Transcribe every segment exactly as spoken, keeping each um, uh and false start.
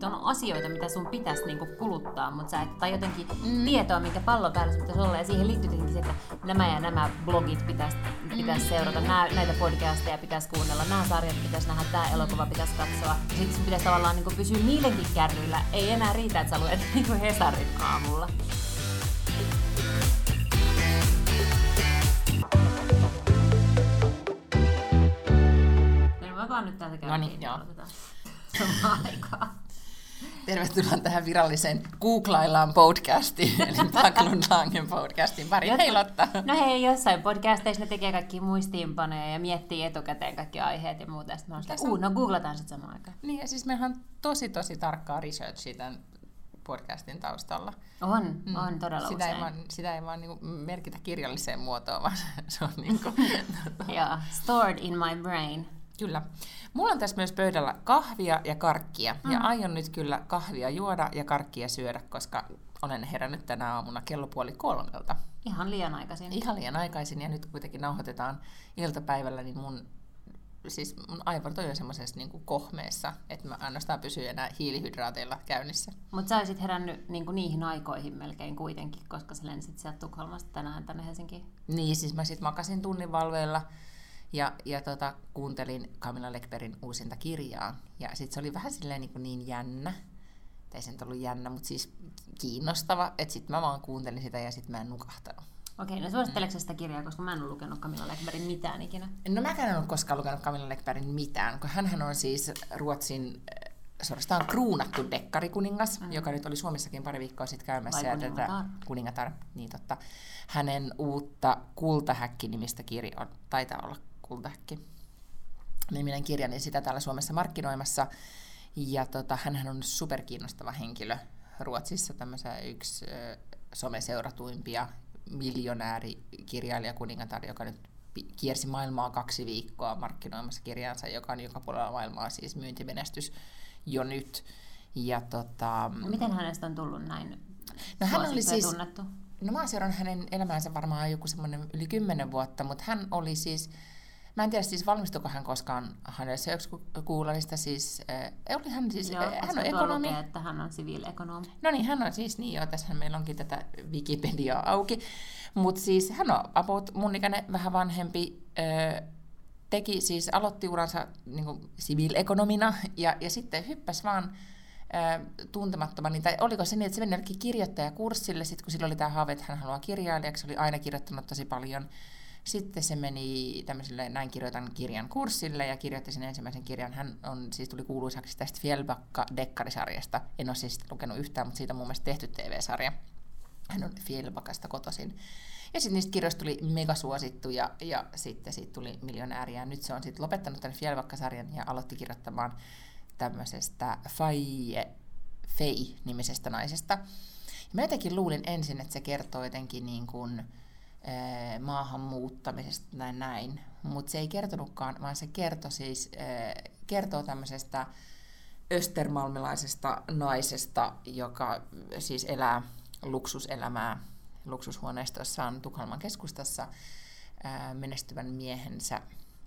on asioita, mitä sun pitäisi niinku kuluttaa, mutta sä et, tai jotenkin mm. tietoa, minkä pallon päällä sun pitäisi olla, ja siihen liittyy tietenkin se, että nämä ja nämä blogit pitäisi, pitäisi seurata, nää, näitä podcasteja pitäisi kuunnella, nämä sarjat pitäisi nähdä, tämä elokuva pitäisi katsoa, ja sitten sun pitäisi tavallaan niinku pysyä niidenkin kärryillä, ei enää riitä, että sä luet niinku Hesarin aamulla. No vaan nyt täältä käydään. No niin, joo. Aikaa. Tervetuloa tähän viralliseen Googlaillaan podcastiin, eli Backlund Langen podcastin pari. Hei Lotta! No hei, jossain podcasteissa ne tekee kaikki muistiinpanoja ja miettii etukäteen kaikki aiheet ja muuta. Sitten mä oon sitä, uu, no googlataan sitten samaan aikaan. Niin, ja siis meillä on tosi tosi tarkkaa researchia tämän podcastin taustalla. On, mm. on todella sitä usein. Ei vaan, sitä ei vaan niinku merkitä kirjalliseen muotoon, vaan se on niinku... Joo, stored in my brain. Kyllä. Mulla on tässä myös pöydällä kahvia ja karkkia. Mm. Ja aion nyt kyllä kahvia juoda ja karkkia syödä, koska olen herännyt tänä aamuna kello puoli kolmelta. Ihan liian aikaisin. Ihan liian aikaisin, ja nyt kuitenkin nauhoitetaan iltapäivällä, niin mun, siis mun aivot on jo semmoisessa niin kuin kohmeessa, että mä ainoastaan pysyn enää hiilihydraateilla käynnissä. Mutta sä olisit herännyt niin kuin niihin aikoihin melkein kuitenkin, koska sä lensit sieltä Tukholmasta tänään tänne Helsinkiin. Niin, siis mä sit makasin tunnin valveilla. Ja, ja tota, kuuntelin Camilla Läckbergin uusinta kirjaa. Ja sitten se oli vähän silleen niin, kuin niin jännä. Tai se nyt ollut jännä, mutta siis kiinnostava. Että sitten mä vaan kuuntelin sitä ja sitten mä en nukahtanut. Okei, no suositteleeko sitä kirjaa, koska mä en ole lukenut Camilla Läckbergin mitään ikinä? No mäkään en ole koskaan lukenut Camilla Läckbergin mitään, kun hänhän on siis Ruotsin suorastaan kruunattu dekkarikuningas, mm. joka nyt oli Suomessakin pari viikkoa sitten käymässä. Vai ja kuningatar? Tätä, kuningatar, niin totta. Hänen uutta Kultahäkki-nimistä kirjaa, taitaa olla Kultahäkki niminen kirja, niin sitä täällä Suomessa markkinoimassa. Ja tota, hänhän on superkiinnostava henkilö Ruotsissa, tämmöisen yksi ö, someseuratuimpia miljonäärikirjailija kuningatar, joka nyt kiersi maailmaa kaksi viikkoa markkinoimassa kirjaansa, joka on joka puolella maailmaa siis myyntimenestys jo nyt. Ja tota, miten hänestä on tullut näin no hän oli siis, tunnettu? No mä oon seurannut hänen elämäänsä varmaan joku semmoinen yli kymmenen vuotta, mutta hän oli siis, mä en tiedä siis valmistuiko hän koskaan hänessä Googlesta, siis, äh, oli hän siis, joo, äh, hän on ekonomi. Lukee, että hän on siviiliekonomi. No niin, hän on siis, niin joo, tässä meillä onkin tätä Wikipediaa auki, mutta siis hän on about mun ikäinen vähän vanhempi, äh, teki siis, aloitti uransa niin kuin siviiliekonomina ja, ja sitten hyppäsi vaan tuntemattomani, tai oliko se niin, että se meni jollekin kirjoittajakurssille, sitten kun sillä oli tämä haave, että hän haluaa kirjailijaksi, oli aina kirjoittanut tosi paljon. Sitten se meni tämmöiselle näin kirjoitan kirjan kurssille ja kirjoitti sen ensimmäisen kirjan. Hän on, siis tuli kuuluisaksi tästä Fjällbacka-dekkarisarjasta. En ole siis lukenut yhtään, mutta siitä on mun mielestä tehty T V-sarja. Hän on Fjällbackasta kotoisin. Ja sitten niistä kirjoista tuli megasuosittu ja, ja sitten siitä tuli miljonääriä. Ja nyt se on sitten lopettanut tämän Fjällbacka-sarjan ja aloitti kirjoittamaan tämmöisestä Faye, Faye-nimisestä naisesta. Ja mä jotenkin luulin ensin, että se kertoo jotenkin niin kuin, äh, maahanmuuttamisesta näin näin, mutta se ei kertonutkaan, vaan se kertoo siis äh, kertoo tämmöisestä östermalmilaisesta naisesta, joka siis elää luksuselämää luksushuoneistossaan Tukholman keskustassa äh, menestyvän miehensä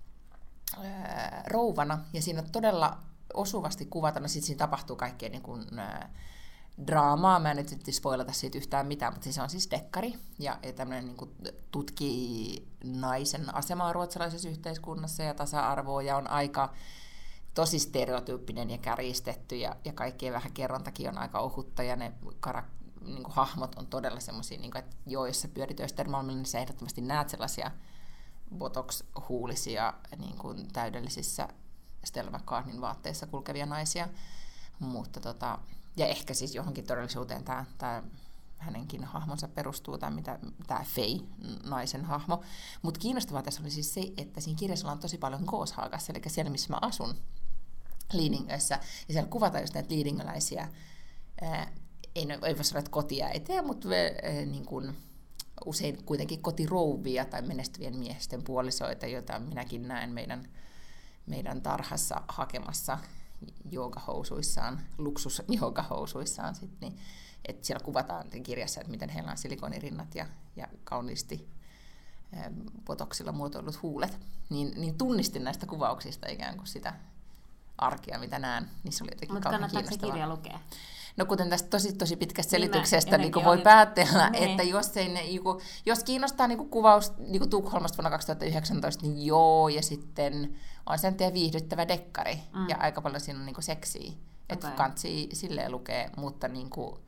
äh, rouvana, ja siinä on todella osuvasti kuvata, no sitten siinä tapahtuu kaikkea niin kuin, ä, draamaa, mä en nyt spoilata siitä yhtään mitään, mutta se on siis dekkari, ja, ja tämmöinen niin kuin tutkii naisen asemaa ruotsalaisessa yhteiskunnassa ja tasa-arvoa, ja on aika tosi stereotyyppinen ja kärjistetty, ja, ja kaikkien vähän kerrontakin on aika ohutta, ja ne karak- niin kuin hahmot on todella semmoisia, niin että joo, jos sä pyörit Östermalmilla, niin sä ehdottomasti näet sellaisia botox-huulisia niin kuin täydellisissä Stella McCartneyn vaatteissa kulkevia naisia, mutta tota, ja ehkä siis johonkin todellisuuteen tämä, tämä hänenkin hahmonsa perustuu, tai mitä tämä Faye-naisen hahmo. Mutta kiinnostavaa tässä oli siis se, että siinä kirjassa on tosi paljon Gåshagassa, eli siellä missä mä asun, Lidingössä, ja siellä kuvataan just näitä liidingöläisiä, ää, ei, ei voi sanoa, että kotiäitejä, mutta ää, niin kuin, usein kuitenkin kotirouvia tai menestyvien miesten puolisoita, joita minäkin näen meidän meidän tarhassa hakemassa joogahousuissaan, luksusjoogahousuissaan, sit, niin, että siellä kuvataan kirjassa, että miten heillä on silikonirinnat ja, ja kauniisti botoksilla muotoilut huulet, niin, niin tunnistin näistä kuvauksista ikään kuin sitä arkea, mitä näen. Niissä oli jotenkin Mutta kauhean kannattaako se kiinnostavaa. kirja lukea? No kuten tästä tosi tosi pitkästä Niin selityksestä mä- niin kuin ennenkin voi olin- päätellä, Nee. että jos, ei ne, joku, jos kiinnostaa niin kuin kuvaus niin kuin Tukholmasta vuonna kaksituhattayhdeksäntoista, niin joo, ja sitten on sen tien viihdyttävä dekkari, Mm. ja aika paljon siinä on niin kuin seksiä, että Okei. kantsii silleen lukee, mutta niin kuin,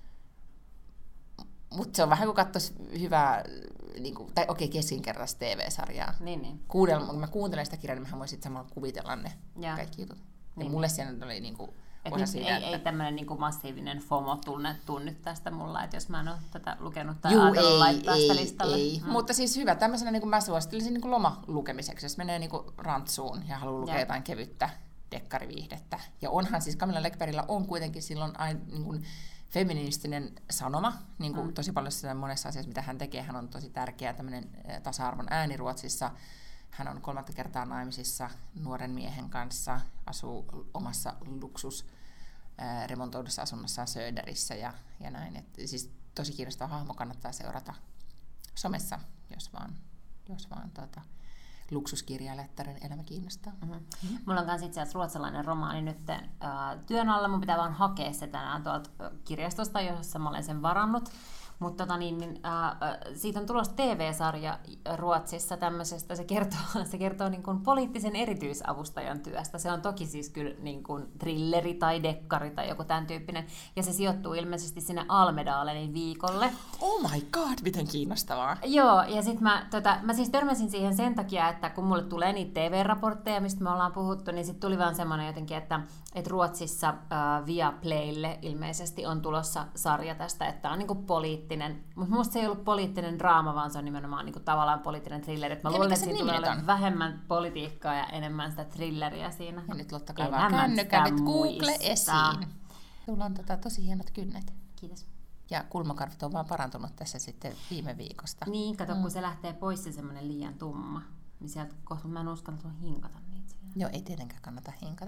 mutta se on vähän kuin katsoisi hyvää, niin kuin, tai okei, keskinkertaista T V-sarjaa. Niin, niin. Kuudella, kun mä kuuntelen sitä kirjaa, niin mä voin sitten samalla kuvitella ne Joo. kaikki jutut. Ja Niin. mulle siinä oli niin kuin Et osa nyt siitä, ei, että... ei tämmöinen niinku massiivinen FOMO tunne, tunne tästä mulla, että jos mä en ole tätä lukenut tai Juu, ajatellut ei, laittaa sitä ei, listalle. ei. Mm. Mutta siis hyvä, tämmöisenä niin kuin mä suosittelisin niin kuin lomalukemiseksi, jos menee niin kuin rantsuun ja haluaa lukea Joo. jotain kevyttä dekkariviihdettä. Ja onhan siis Camilla Läckbergillä on kuitenkin silloin aina niin kuin feministinen sanoma, niin kuin Mm. tosi paljon sitä monessa asiassa, mitä hän tekee. Hän on tosi tärkeä tämmöinen eh, tasa-arvon ääni Ruotsissa. Hän on kolmatta kertaa naimisissa nuoren miehen kanssa, asuu omassa luksus ää, remontoidussa asunnossaan Söderissä ja, ja näin. Et, siis tosi kiinnostava hahmo, kannattaa seurata somessa, jos vaan, jos vaan tota, luksuskirjailijattaren elämä kiinnostaa. Mm-hmm. Mm-hmm. Mulla on myös itse asiassa ruotsalainen romaani nyt äh, työn alla. Mun pitää vaan hakea se tänään tuolta äh, kirjastosta, jossa mä olen sen varannut. Mutta tota niin, niin, äh, siitä on tulossa T V-sarja Ruotsissa tämmöisestä. Se kertoo, se kertoo niin kuin poliittisen erityisavustajan työstä. Se on toki siis kyllä niin kuin thrilleri tai dekkari tai joku tämän tyyppinen. Ja se sijoittuu ilmeisesti sinne Almedalenin viikolle. Oh my god, miten kiinnostavaa! Joo, ja sitten mä, tota, mä siis törmäsin siihen sen takia, että kun mulle tulee niitä T V-raportteja, mistä me ollaan puhuttu, niin sitten tuli vaan semmoinen jotenkin, että, että Ruotsissa äh, Viaplaylle ilmeisesti on tulossa sarja tästä, että on niinku poliittinen. Mutta musta se ei ollut poliittinen draama, vaan se on nimenomaan niinku tavallaan poliittinen thriller. Mä Ja luulen, mikä että sen siinä nimi tulee nyt on? olemaan vähemmän politiikkaa ja enemmän sitä thrilleriä siinä. Ja nyt lottakaa En vaan mä kännykän, sitä nyt Google muista. esiin. Sulla on tota tosi hienot kynnet. Kiitos. Ja kulmakarvit on vaan parantunut tässä sitten viime viikosta. Niin, kato, Mm. kun se lähtee pois se semmoinen liian tumma, niin sieltä kohta mä en uskalla hinkata niitä siellä. Joo, ei tietenkään kannata hinkata.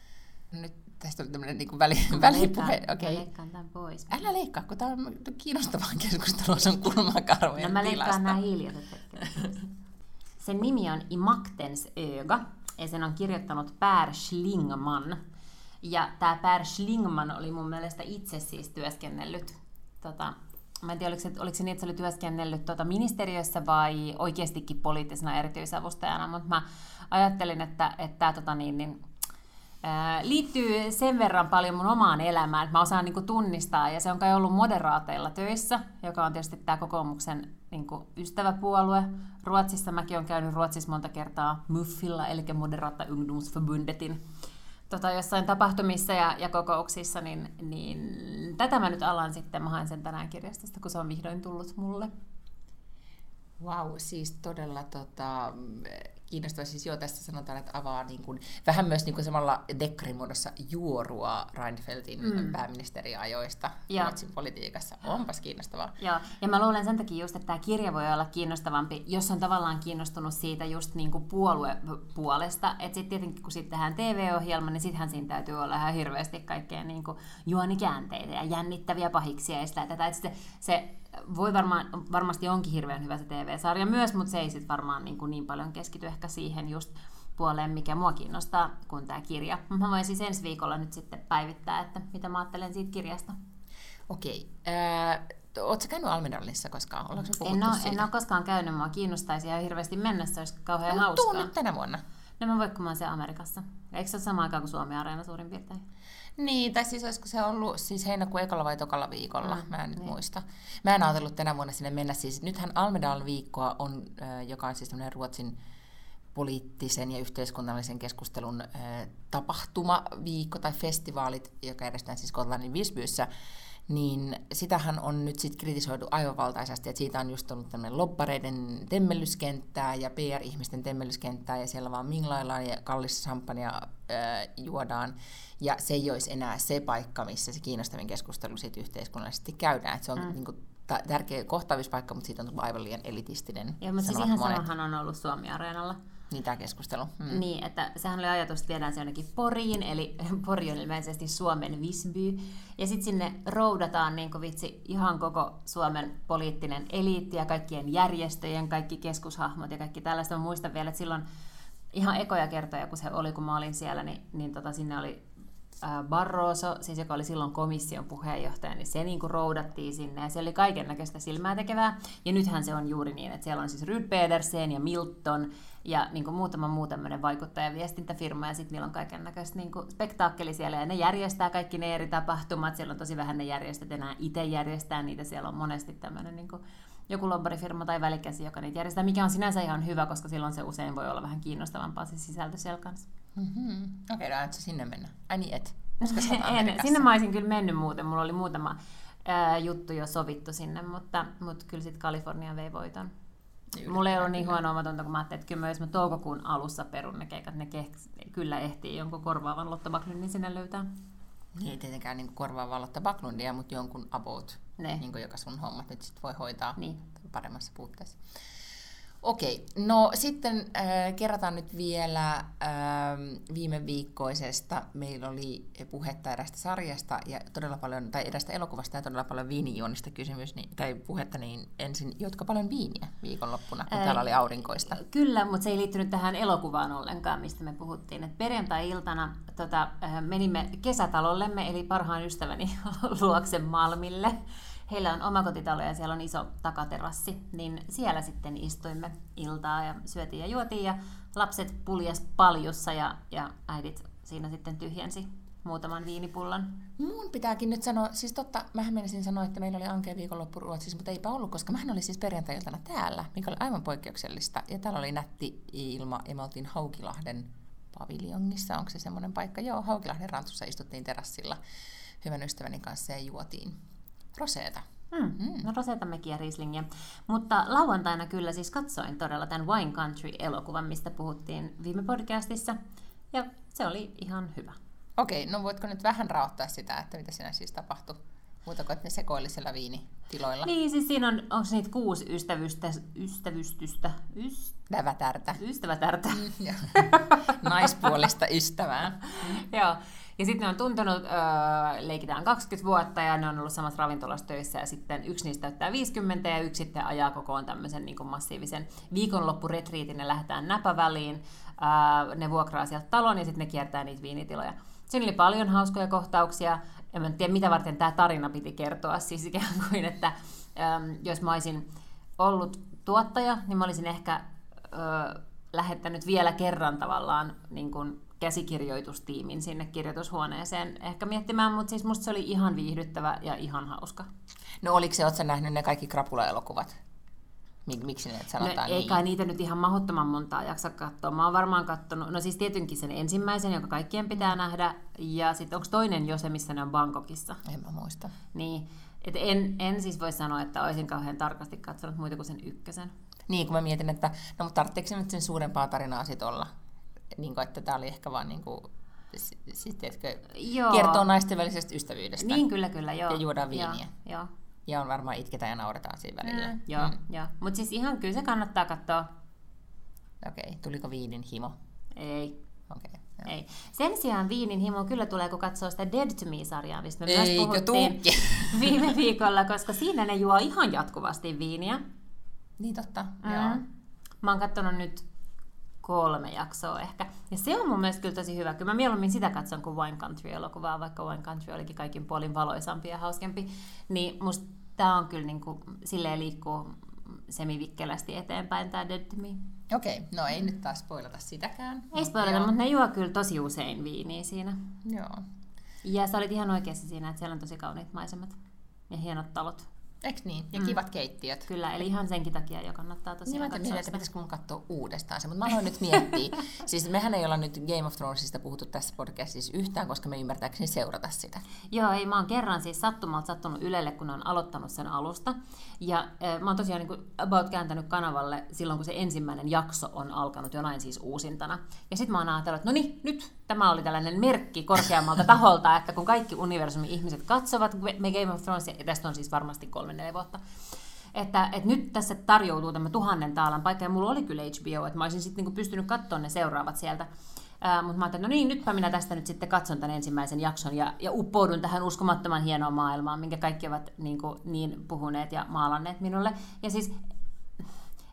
Nyt tästä oli tämmöinen niin väli, välipuhe. Mä Okei. leikkaan tämän pois. Älä leikkaa, kun tämä on kiinnostavaa keskustelua sun kulmakarvojen No mä tilasta. leikkaan nämä hiljaiset hetket. Sen nimi on I maktens öga ja sen on kirjoittanut Per Schlingman. Ja tämä Per Schlingman oli mun mielestä itse siis työskennellyt, tota, mä en tiedä oliko se, oliko se niin, että se oli työskennellyt tota, ministeriössä vai oikeastikin poliittisena erityisavustajana, mutta mä ajattelin, että, että tämä tota, niin, niin, ää, liittyy sen verran paljon mun omaan elämään, että mä osaan niinku tunnistaa, ja se on kai ollut moderaateilla töissä, joka on tietysti tämä kokoomuksen niinku, ystäväpuolue. Ruotsissa mäkin olen käynyt Ruotsissa monta kertaa Muffilla, eli Moderata Ungdomsförbundetin tota, jossain tapahtumissa ja, ja kokouksissa, niin, niin tätä mä nyt alan sitten, mä haen sen tänään kirjastosta, kun se on vihdoin tullut mulle. Vau, wow, siis todella tota, kiinnostavaa. Siis joo, tässä sanotaan, että avaa niin kuin, vähän myös niin kuin samalla dekkarimuodossa juorua Reinfeldtin mm. pääministeriajoista Ja. Ruotsin politiikassa. Onpas kiinnostavaa. Joo, ja mä luulen sen takia just, että tämä kirja voi olla kiinnostavampi, jos on tavallaan kiinnostunut siitä just niin kuin puoluepuolesta. Että sitten tietenkin, kun sitten tehdään T V-ohjelma, niin sittenhän siinä täytyy olla ihan hirveästi kaikkea niin kuin juonikäänteitä ja jännittäviä pahiksia ja sitä tätä. Että se, se voi varmaan, varmasti onkin hirveän hyvä se T V-sarja myös, mutta se ei sitten varmaan niin, kuin niin paljon keskity ehkä siihen just puoleen, mikä mua kiinnostaa, kuin tämä kirja. Mä voin siis ensi viikolla nyt sitten päivittää, että mitä mä ajattelen siitä kirjasta. Okei. Äh, Oletko käynyt Almedalissa koskaan? Ollaanko me puhuttu En ole, siitä? en ole koskaan käynyt, mua kiinnostaisi ihan hirveästi mennä, se olisi kauhean No, hauskaa. tuu nyt tänä vuonna. No mä voin, kun mä oon siellä Amerikassa. Eikö se ole sama aikaa kuin Suomi-areena suurin piirtein? Niin, tai siis olisiko se ollut siis heinäkuun ekalla vai tokalla viikolla, Mm, mä en nyt niin. muista. Mä en ajatellut tänä vuonna sinne mennä, siis nythän Almedal-viikkoa on, äh, joka on siis tämmöinen Ruotsin poliittisen ja yhteiskunnallisen keskustelun äh, tapahtumaviikko tai festivaalit, joka järjestetään siis Skotlannin Visbyssä, niin sitähän on nyt sit kritisoitu aivan valtaisesti, että siitä on just ollut tämmöinen lobbareiden temmellyskenttää ja P R-ihmisten temmellyskenttää ja siellä vaan minglaillaan ja kallista champagnea äh, juodaan. Ja se ei olisi enää se paikka, missä se kiinnostavin keskustelu siitä yhteiskunnallisesti käydään. Et se on mm. niin kuin, ta- tärkeä kohtaamispaikka, mutta siitä on tullut aivan liian elitistinen. Joo, mutta siis sanovat ihan monet. samahan on ollut Suomi-areenalla. Niin tämä keskustelu. Mm. Niin, että sehän oli ajatus, että viedään se jonnekin Poriin, eli Pori on ilmeisesti Suomen Visby. Ja sitten sinne roudataan niin kuin vitsi ihan koko Suomen poliittinen eliitti ja kaikkien järjestöjen, kaikki keskushahmot ja kaikki tällaista. Mä muistan vielä, että silloin ihan ekoja kertoja, kun se oli, kun mä olin siellä, niin, niin tota, sinne oli Barroso, siis joka oli silloin komission puheenjohtaja, niin se niin kuin roudattiin sinne ja se oli kaiken näköistä silmää tekevää. Ja nythän se on juuri niin, että siellä on siis Ruud Pedersen ja Milton ja niin kuin muutama muu tämmöinen vaikuttaja viestintäfirma ja sitten niillä on kaiken näköistä niin kuin spektaakkeli siellä ja ne järjestää kaikki ne eri tapahtumat. Siellä on tosi vähän ne järjestöt enää itse järjestää niitä, siellä on monesti tämmöinen niin kuin joku lobbarifirma tai välikäsi, joka niitä järjestää, mikä on sinänsä ihan hyvä, koska silloin se usein voi olla vähän kiinnostavampaa se sisältö siellä kanssa. Mm-hmm. Okei, okay, no et sä sinne mennä? Ai niin et. En, sinne mä olisin kyllä mennyt muuten. Mulla oli muutama ää, juttu jo sovittu sinne, mutta, mutta kyllä sitten Kalifornia vei voiton. Juuri, mulla ei ollut niin huonoa omatonta, kun mä ajattelin, että kyllä jos mä toukokuun alussa perun ne keikat, ne kehks, kyllä ehtii jonkun korvaavan Lotta Backlundin sinne löytää. Niin ei tietenkään niin korvaavaa Lotta Backlundia, mutta jonkun about, niin joka sun hommat nyt sit voi hoitaa niin paremmassa puutteessa. Okei, no sitten äh, kerrataan nyt vielä äh, viime viikkoisesta. Meillä oli puhetta erästä sarjasta ja todella paljon, tai erästä elokuvasta ja todella paljon viinijuonista kysymys, niin, tai puhetta, niin ensin, jotka paljon viiniä viikonloppuna, kun Ää, täällä oli aurinkoista. Kyllä, mutta se ei liittynyt tähän elokuvaan ollenkaan, mistä me puhuttiin. Et perjantai-iltana tota, äh, menimme kesätalollemme, eli parhaan ystäväni luokse Malmille. Heillä on omakotitalo ja siellä on iso takaterassi, niin siellä sitten istuimme iltaa ja syötiin ja juotiin ja lapset puljas paljussa ja, ja äidit siinä sitten tyhjensi muutaman viinipullon. Mun pitääkin nyt sanoa, siis totta, mähän menisin sanoa, että meillä oli ankea viikonloppu Ruotsissa, mutta eipä ollut, koska mähän olin siis perjantai-iltana täällä, mikä oli aivan poikkeuksellista. Ja täällä oli nätti ilma ja me oltiin Haukilahden paviljongissa, onko se semmoinen paikka? Joo, Haukilahden rantussa istuttiin terassilla hyvän ystäväni kanssa ja juotiin roseeta. Mm. Mm. No roseetammekin ja Rieslingiä. Mutta lauantaina kyllä siis katsoin todella tämän Wine Country-elokuvan, mistä puhuttiin viime podcastissa. Ja se oli ihan hyvä. Okei, no voitko nyt vähän raottaa sitä, että mitä siinä siis tapahtui? Muuta kuin, että ne sekoili siellä viinitiloilla. Niin, siis siinä on, onko niitä kuusi ystävystä, ystävystystä? Ystävätärtä. Ystävätärtä. Mm, naispuolista ystävää. Joo. Ja sitten ne on tuntenut, öö, leikitään kaksikymmentä vuotta ja ne on ollut samassa ravintolassa töissä ja sitten yksi niistä täyttää viisikymmentä ja yksi sitten ajaa kokoon tämmöisen niin kuin massiivisen viikonloppuretriitin. Ne lähdetään Näpäväliin, öö, ne vuokraa sieltä talon ja sitten ne kiertää niitä viinitiloja. Siinä oli paljon hauskoja kohtauksia. En tiedä, mitä varten tämä tarina piti kertoa. Siis ikään kuin, että öö, jos mä olisin ollut tuottaja, niin mä olisin ehkä öö, lähettänyt vielä kerran tavallaan niin kuin käsikirjoitustiimin sinne kirjoitushuoneeseen ehkä miettimään, mutta siis musta se oli ihan viihdyttävä ja ihan hauska. No oliko se, ootko sä nähnyt ne kaikki Krapula-elokuvat? Miksi ne sanotaan no, niin? Eikä niitä nyt ihan mahdottoman montaa jaksa katsoa. Mä oon varmaan kattonut, no siis tietenkin sen ensimmäisen, joka kaikkien pitää nähdä, ja sitten onko toinen jo se, missä ne on Bangkokissa? En mä muista. Niin, et en, en siis voi sanoa, että olisin kauhean tarkasti katsonut muita kuin sen ykkösen. Niin, kun mä mietin, että no mutta tarvitseeko se nyt sen suurempaa tarinaa sit olla? Niin kuin, että tämä oli ehkä vaan niin kuin, siis, tiedätkö, kertoo naisten välisestä ystävyydestä. Niin, kyllä, kyllä, joo. Ja juodaan viiniä. Joo, joo. Ja on varmaan itketään ja nauretaan siinä välillä. Mm, joo, mm. joo. Mutta siis ihan kyllä se kannattaa katsoa. Okei, okay. Tuliko viinin himo? Ei. Okei. Okay, Ei. Sen sijaan viinin himo kyllä tulee, kun katsoo sitä Dead to Me-sarjaa, mistä me Eikö myös puhuttiin tuukki? viime viikolla, koska siinä ne juo ihan jatkuvasti viiniä. Niin totta, mm. joo. Mä oon katsonut nyt kolme jaksoa ehkä. Ja se on mun mielestä kyllä tosi hyvä. Kyllä mä mieluummin sitä katson kuin Wine Country-elokuvaa, vaikka Wine Country olikin kaikin puolin valoisampi ja hauskempi. Niin musta tää on kyllä niinku, silleen liikkuu semivikkelästi eteenpäin tää Dead to Me. Okei, okay. No ei nyt taas spoilata sitäkään. Ei spoilata, mutta ne juo kyllä tosi usein viiniä siinä. Joo. Ja sä olit ihan oikeassa siinä, että siellä on tosi kauniit maisemat ja hienot talot. Eiks niin? Ja kivat mm. keittiöt. Kyllä, eli ihan senkin takia jo kannattaa tosiaan niin, katsoa mietin, että pitäisikö mun katsoa uudestaan se, mutta mä aloin nyt miettiä. Siis mehän ei olla nyt Game of Thronesista puhuttu tässä podcastissa yhtään, koska me ymmärtääkseni seurata sitä. Joo, ei, mä oon kerran siis sattumalta sattunut Ylelle, kun on aloittanut sen alusta. Ja äh, mä oon tosiaan niin kuin about kääntänyt kanavalle silloin, kun se ensimmäinen jakso on alkanut jonain siis uusintana. Ja sit mä oon ajatellut, että no niin, nyt tämä oli tällainen merkki korkeammalta taholta, että kun kaikki universumin ihmiset katsovat me Game of Thrones, ja tästä on siis varmasti kolme neljä vuotta, että, että nyt tässä tarjoutuu tämä tuhannen taalan paikka, ja mulla oli kyllä H B O, että mä olisin sitten niinku pystynyt katsoa ne seuraavat sieltä. Ää, mutta mä ajattelin, no niin, nytpä minä tästä nyt sitten katson tämän ensimmäisen jakson ja, ja uppoudun tähän uskomattoman hienoon maailmaan, minkä kaikki ovat niin, kuin, niin puhuneet ja maalanneet minulle. Ja siis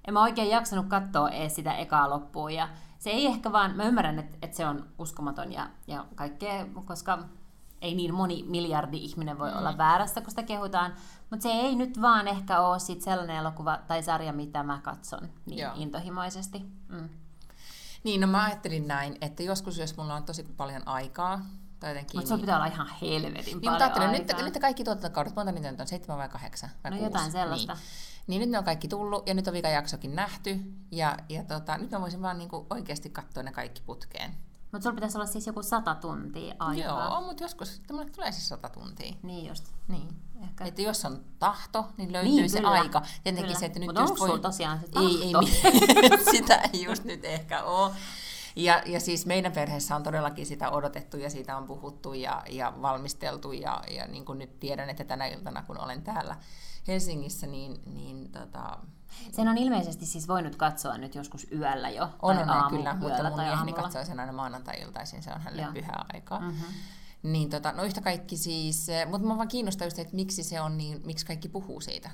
en mä oikein jaksanut katsoa edes sitä ekaa loppuun. Ja se ei ehkä vaan, mä ymmärrän, että, että se on uskomaton ja, ja kaikkea, koska ei niin moni miljardi ihminen voi mm. olla väärässä, kun sitä kehutaan. Mutta se ei nyt vaan ehkä ole sit sellainen elokuva tai sarja, mitä mä katson niin Joo. intohimoisesti. Mm. Niin, no mä ajattelin näin, että joskus, jos mulla on tosi paljon aikaa, mutta se pitää olla ihan helvetin niin, paljon aikaa. Nyt, nyt kaikki tuotantokaudet, monta niitä on, seitsemän vai kahdeksan vai no kuusi? Jotain sellaista. Niin. niin nyt ne on kaikki tullut ja nyt on vika jaksokin nähty ja, ja tota, nyt mä voisin vaan niinku oikeasti katsoa ne kaikki putkeen. Mutta sulla pitäisi olla siis joku sata tuntia aikaa. Joo, mutta joskus mulle tulee siis sata tuntia. Niin just. Niin. Ehkä. Että jos on tahto, niin löytyy niin, se kyllä. aika. Tietenkin se, että nyt mutta just onko voi... sulla tosiaan se tahto? Ei, ei, sitä ei just nyt ehkä ole. Ja, ja siis meidän perheessä on todellakin sitä odotettu ja siitä on puhuttu ja, ja valmisteltu ja, ja niin kuin nyt tiedän, että tänä iltana kun olen täällä Helsingissä, niin... niin tota, sen on ilmeisesti siis voinut katsoa nyt joskus yöllä jo. On, tai on aamu, kyllä, mutta mun mieheni aamulla. katsoo sen aina maanantai-iltaisin, se on hänelle pyhää aikaa. Mm-hmm. Niin tota, no yhtä kaikki siis, mutta mä vaan kiinnostaa just, että miksi se on niin, miksi kaikki puhuu siitä.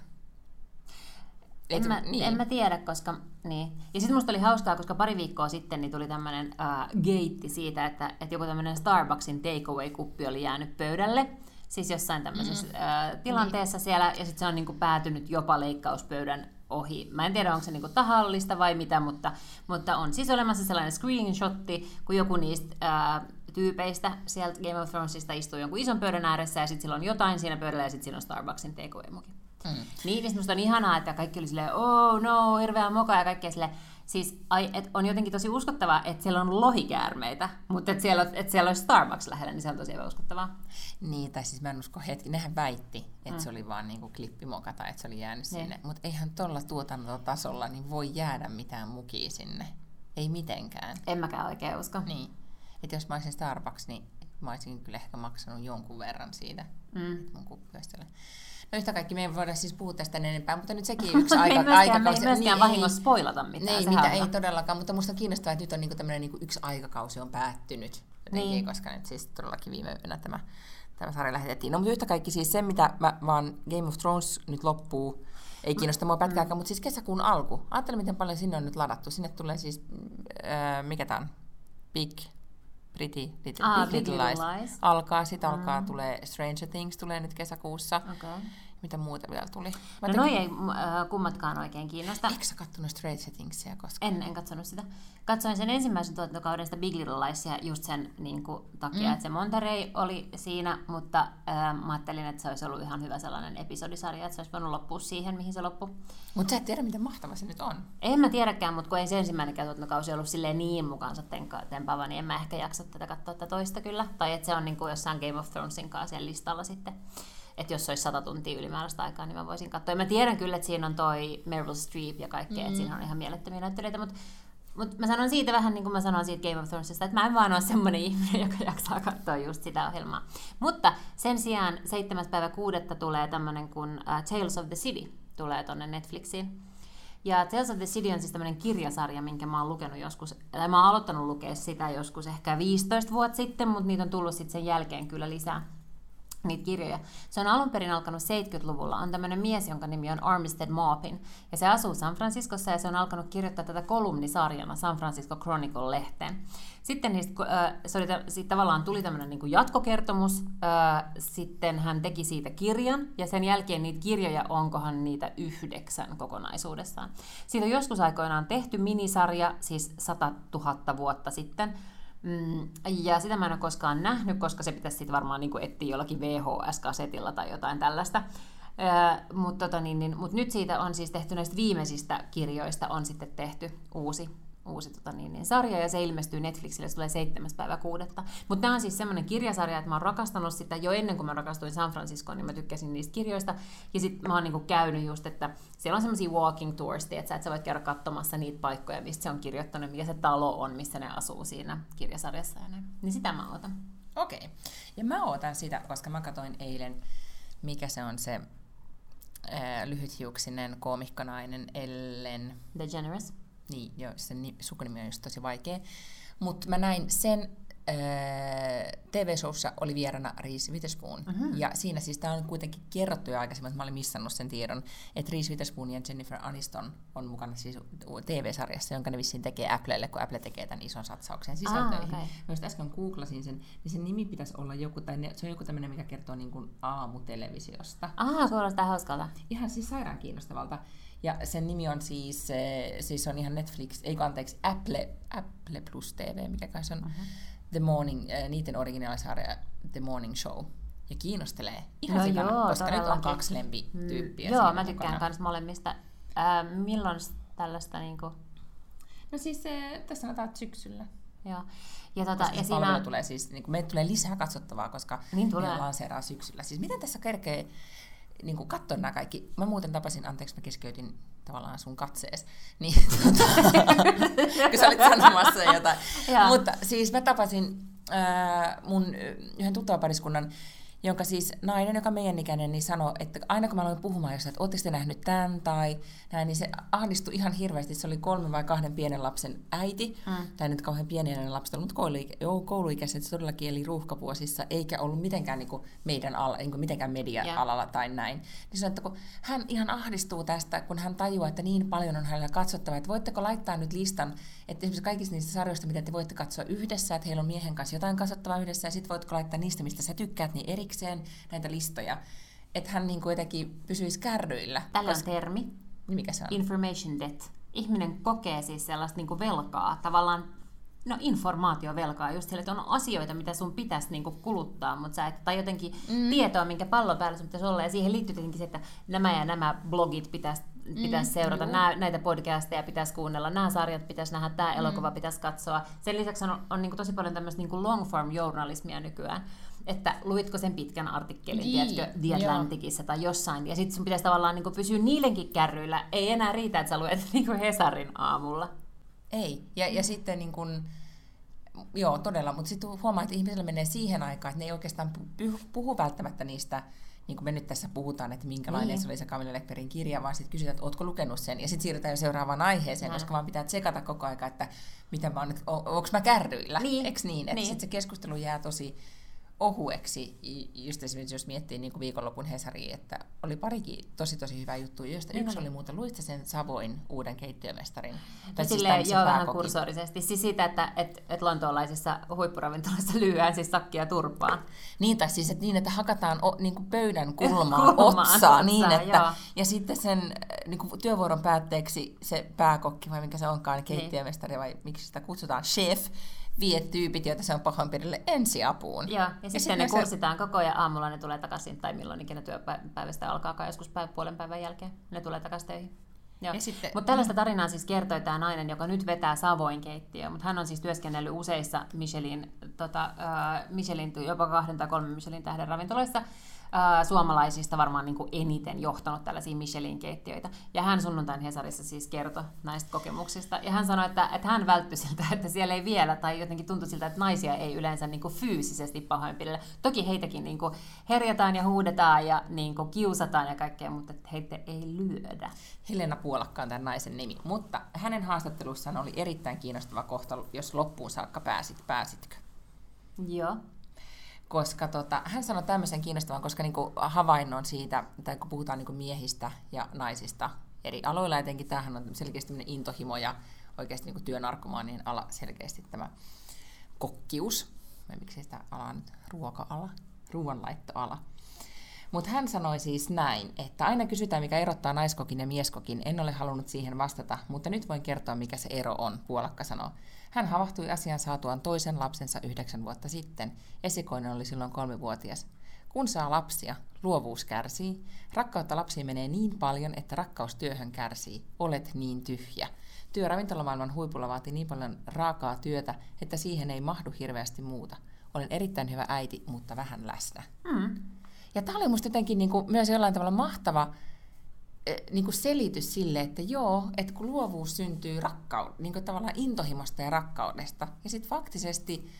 En mä, niin. en mä tiedä, koska... Niin. Ja sitten musta oli hauskaa, koska pari viikkoa sitten niin tuli tämmönen äh, geitti siitä, että, että joku tämmönen Starbucksin takeaway-kuppi oli jäänyt pöydälle. Siis jossain tämmöisessä mm. äh, tilanteessa niin. siellä, ja sitten se on niinku päätynyt jopa leikkauspöydän ohi. Mä en tiedä, onko se niinku tahallista vai mitä, mutta, mutta on siis olemassa sellainen screenshotti, kun joku niistä äh, tyypeistä sieltä Game of Thronesista istuu jonkun ison pöydän ääressä, ja sitten sillä on jotain siinä pöydällä, ja sitten siinä on Starbucksin takeaway-muki. Mm. Niin, niin musta on ihanaa, että kaikki oli silleen, oh no, hirveä moka ja kaikkea silleen. Siis ai, et on jotenkin tosi uskottavaa, että siellä on lohikäärmeitä, mutta että siellä, et siellä olisi Starbucks lähellä, niin se on tosi epäuskottavaa. Niin, tai siis mä en usko hetki. Nehän väitti, että mm. se oli vaan niinku klippimoka tai että se oli jäänyt niin. sinne. Mutta eihän tuolla tuotantotasolla niin voi jäädä mitään mukia sinne. Ei mitenkään. En mäkään oikein usko. Niin. Että jos mä olisin Starbucks, niin mä olisin kyllä ehkä maksanut jonkun verran siitä mm. mun kuppiostelle. No yhtä kaikki, me ei voida siis puhua tästä enempää, mutta nyt sekin yksi aika, aikakausi. aikakausi. Me ei myöskään niin, vahingossa spoilata mitään. Ei, mitä, ei todellakaan, mutta musta on kiinnostavaa, että nyt on niinku tämmöinen niinku yksi aikakausi on päättynyt. Jotenkin, niin. Koska nyt siis todellakin viime yönä tämä, tämä sarja lähetettiin. No mutta yhtä kaikki siis se, mitä mä vaan Game of Thrones nyt loppuu, ei kiinnosta mua pätkääkään, mm. mutta siis kesäkuun alku. Ajattele, miten paljon sinne on nyt ladattu. Sinne tulee siis, äh, mikä tää on? Big... Pretty Little, ah, Big Little, Little Lies. Lies. Alkaa, sitten mm. alkaa, tulee Stranger Things, tulee nyt kesäkuussa. Okay. Mitä muuta vielä tuli? Mä no noi ei äh, kummatkaan oikein kiinnosta. Eikö sä kattonut Stranger Thingsia koskaan? En, en katsonut sitä. Katsoin sen ensimmäisen tuotantokauden sitä Big Little Liesia just sen niin kuin, takia, mm. että se Monterey oli siinä, mutta äh, mä ajattelin, että se olisi ollut ihan hyvä sellainen episodisarja, että se olisi voinut loppua siihen, mihin se loppui. Mutta sä et tiedä, miten mahtava se nyt on. En mä tiedäkään, mutta kun ei se ensimmäinenkään tuotantokausi ollut silleen niin mukaansa tempaava, niin en mä ehkä jaksa tätä katsoa tätä toista kyllä. Tai että se on niin kuin jossain Game of Thronesin kanssa siellä listalla sitten. Että jos olisi sata tuntia ylimääräistä aikaa, niin mä voisin katsoa. Ja mä tiedän kyllä, että siinä on toi Meryl Streep ja kaikkea, mm. että siinä on ihan mielettömiä näyttelijöitä, mutta mut mä sanon siitä vähän niin kuin mä sanon siitä Game of Thronesista, että mä en vaan ole semmoinen ihminen, joka jaksaa katsoa just sitä ohjelmaa. Mutta sen sijaan seitsemäs päivä kuudetta tulee tämmönen kuin uh, Tales of the City, tulee tonne Netflixiin. Ja Tales of the City on siis tämmöinen kirjasarja, minkä mä oon lukenut joskus, tai mä oon aloittanut lukea sitä joskus ehkä viisitoista vuotta sitten, mutta niitä on tullut sitten sen jälkeen kyllä lisää. Niitä kirjoja. Se on alun perin alkanut seitsemänkymmentäluvulla. On tämmöinen mies, jonka nimi on Armistead Maupin. Ja se asuu San Franciscossa ja se on alkanut kirjoittaa tätä kolumnisarjana San Francisco Chronicle-lehteen. Sitten niistä, äh, se oli, siitä tavallaan tuli tämmöinen niin kuin jatkokertomus. Äh, sitten hän teki siitä kirjan ja sen jälkeen niitä kirjoja onkohan niitä yhdeksän kokonaisuudessaan. Siitä on joskus aikoinaan tehty minisarja, siis sata tuhatta vuotta sitten. Mm, ja sitä mä en ole koskaan nähnyt, koska se pitäisi sitten varmaan niin kuin etsiä jollakin V H S-kasetilla tai jotain tällaista. Öö, Mutta tota, niin, niin, mut nyt siitä on siis tehty näistä viimeisistä kirjoista on sitten tehty uusi, uusi tota, niin, niin, sarja, ja se ilmestyy Netflixille, se tulee seitsemäs päivä kuudetta. Mutta nämä on siis semmoinen kirjasarja, että mä oon rakastanut sitä jo ennen kuin mä rakastuin San Franciscoon, niin mä tykkäsin niistä kirjoista. Ja sitten mä oon niinku käynyt just, että siellä on semmoisia walking tours, että sä voit käydä katsomassa niitä paikkoja, mistä se on kirjoittanut, mikä se talo on, missä ne asuu siinä kirjasarjassa ja näin. Niin sitä mä ootan. Okei. Okay. Ja mä ootan sitä, koska mä katsoin eilen, mikä se on se äh, lyhythiuksinen koomikkonainen Ellen DeGeneres. Niin, joo, sen sukunimi on just tosi vaikea. Mutta mä näin sen T V-showssa oli vierana Reese Witherspoon. Mm-hmm. Ja siinä siis tämä on kuitenkin kerrottu jo aikaisemmin, että mä olin missannut sen tiedon, että Reese Witherspoon ja Jennifer Aniston on mukana siis T V-sarjassa, jonka ne vissiin tekee Applelle, kun Apple tekee tämän ison satsauksen sisältöihin. Ah, okay. Jos äsken googlasin sen, niin sen nimi pitäisi olla joku, tai se on joku tämmöinen, mikä kertoo niin kuin aamutelevisiosta. Ah, kuulostaa hauskalta. Ihan siis sairaan kiinnostavalta. Ja sen nimi on siis, siis on ihan Netflix, ei anteeksi, Apple, Apple Plus T V, mikä kai se on, uh-huh. The Morning, niiden originaalisarja The Morning Show. Ja kiinnostelee ihan no sikana, joo, koska todellakin. Nyt on kaksi lempityyppiä. Mm, joo, mä tykkään kans molemmista. Äh, milloin tällaista niinku... No siis se, tässä sanotaan syksyllä. Joo. Ja tota, koska ja siinä... palvelu tulee siis, niin meille tulee lisää katsottavaa, koska niin me lanseeraa syksyllä. Siis miten tässä kerkee niin kuin katsoa nämä kaikki? Mä muuten tapasin, anteeksi mä keskeytin tavallaan sun katsees, niin, tuota, kun sä olit sanomassa jotain. Mutta siis mä tapasin äh, mun yhden tuttavapariskunnan, jonka siis nainen, joka meidän ikäinen, niin sanoi, että aina kun mä aloin puhumaan jostain, että ootteko te nähnyt tämän tai näin, niin se ahdistui ihan hirveästi. Se oli kolmen vai kahden pienen lapsen äiti, mm. tai nyt kauhean pienen lapsen, mutta kouluikä, joo, kouluikäiset se todellakin eli ruuhkavuosissa, eikä ollut mitenkään niin kuin meidän ala, niin kuin mitenkään media-alalla yeah. tai näin. Niin sanoi, että kun hän ihan ahdistuu tästä, kun hän tajuaa, että niin paljon on hänellä katsottavaa, että voitteko laittaa nyt listan, että esimerkiksi kaikista niistä sarjoista, mitä te voitte katsoa yhdessä, että heillä on miehen kanssa jotain katsottavaa yhdessä, ja sitten voitko laittaa niistä, mistä sä tykkäät, niin eri näitä listoja, että hän niin kuin jotenkin pysyisi kärryillä. Tällä on termi. Niin mikä se on? Information debt. Ihminen kokee siis sellaista niin kuin velkaa, tavallaan no informaatiovelkaa, just sille, että on asioita, mitä sun pitäisi niin kuin kuluttaa, mutta sä et, tai jotenkin mm. tietoa, minkä pallon päällä sun pitäisi olla, ja siihen liittyy tietenkin se, että nämä ja nämä blogit pitäisi pitäisi seurata, mm, nää, näitä podcasteja pitäisi kuunnella, nämä sarjat pitäisi nähdä, tämä elokuva mm. pitäisi katsoa. Sen lisäksi on, on niin kuin tosi paljon tämmöistä niin kuin long form journalismia nykyään, että luitko sen pitkän artikkelin, Jii, tiedätkö, The Atlanticissa tai jossain, ja sitten sun pitäisi tavallaan niin kuin pysyä niidenkin kärryillä. Ei enää riitä, että sä luet niin kuin Hesarin aamulla. Ei, ja, ja sitten niin kuin, joo todella, mutta sitten huomaa, että ihmisillä menee siihen aikaan, että ne ei oikeastaan puhu välttämättä niistä, niin kuin me nyt tässä puhutaan, että minkälainen niin. se oli se Camilla Läckbergin kirja, vaan sitten kysytään, että ootko lukenut sen, ja sitten siirrytään jo seuraavaan aiheeseen, Näin. koska vaan pitää tsekata koko ajan, että mitä mä oon nyt, onko mä kärryillä, niin. eikö niin? Että niin. sitten se keskustelu jää tosi ohueksi, just esimerkiksi jos miettii niin kuin viikonlopun Hesariin, että oli parikin tosi tosi hyvää juttua, josta yksi oli muuten, luitko sen Savoin uuden keittiömestarin? Tai silleen, siis joo, vähän kursorisesti. Siis siitä, että et, et lontoolaisissa huippuravintoloissa lyödään siis sakkia turpaan. Niin, tai siis että niin, että hakataan o, niin kuin pöydän kulmaan, kulmaan otsaa, niin, että, joo. ja sitten sen niin kuin työvuoron päätteeksi se pääkokki, vai mikä se onkaan, keittiömestari, vai miksi sitä kutsutaan, chef, vie tyypit, joita se on pahoinpidelle ensiapuun. Joo, ja, ja sitten ne kurssitaan se... koko ajan aamulla, ne tulee takaisin, tai milloin ikinä työpäivästä alkaa, joskus päivä, puolen päivän jälkeen, ne tulee takaisin töihin. Sitten... Mutta tällaista tarinaa siis kertoi tämä nainen, joka nyt vetää Savoin keittiöä, mutta hän on siis työskennellyt useissa Michelin, tota, äh, Michelin jopa kahden tai kolmen Michelin tähden ravintoloissa, Uh, suomalaisista varmaan niin kuin eniten johtanut tällaisia Michelin-keittiöitä. Ja hän sunnuntain Hesarissa siis kertoi näistä kokemuksista. Ja hän sanoi, että, että hän välttyi siltä, että siellä ei vielä, tai jotenkin tuntui siltä, että naisia ei yleensä niin kuin fyysisesti pahoinpidellä. Toki heitäkin niin kuin herjataan ja huudetaan ja niin kuin kiusataan ja kaikkea, mutta heitä ei lyödä. Helena Puolakka on tämän naisen nimi. Mutta hänen haastattelussaan oli erittäin kiinnostava kohta, jos loppuun saakka pääsit. Pääsitkö? Joo. Koska tota, hän sanoi tämmöisen kiinnostavan, koska niinku havainnon siitä, tai kun puhutaan niinku miehistä ja naisista eri aloilla, etenkin tämähän on selkeästi intohimo ja oikeasti niinku työnarkomaanien ala, selkeästi tämä kokkius, vai miksi sitä alaa nyt, ruoka-ala, ruoanlaittoala. Mutta hän sanoi siis näin, että aina kysytään, mikä erottaa naiskokin ja mieskokin. En ole halunnut siihen vastata, mutta nyt voin kertoa, mikä se ero on, Puolakka sanoo. Hän havahtui asian saatuaan toisen lapsensa yhdeksän vuotta sitten. Esikoinen oli silloin kolmivuotias. Kun saa lapsia, luovuus kärsii. Rakkautta lapsiin menee niin paljon, että rakkaus työhön kärsii. Olet niin tyhjä. Työ ravintolamaailman huipulla vaatii niin paljon raakaa työtä, että siihen ei mahdu hirveästi muuta. Olen erittäin hyvä äiti, mutta vähän läsnä. Mm. Ja tämä oli musta jotenkin niin kuin myös jollain tavalla mahtava niin kuin selitys sille, että joo, että kun luovuus syntyy rakkaud- niin kuin tavallaan intohimosta ja rakkaudesta, ja sitten faktisesti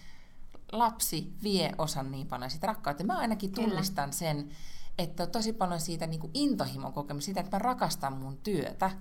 lapsi vie osan niin paljon sitä rakkautta. Mä ainakin tunnistan Kyllä. sen, että tosi paljon siitä niin kuin intohimon kokemus, siitä, että mä rakastan mun työtä,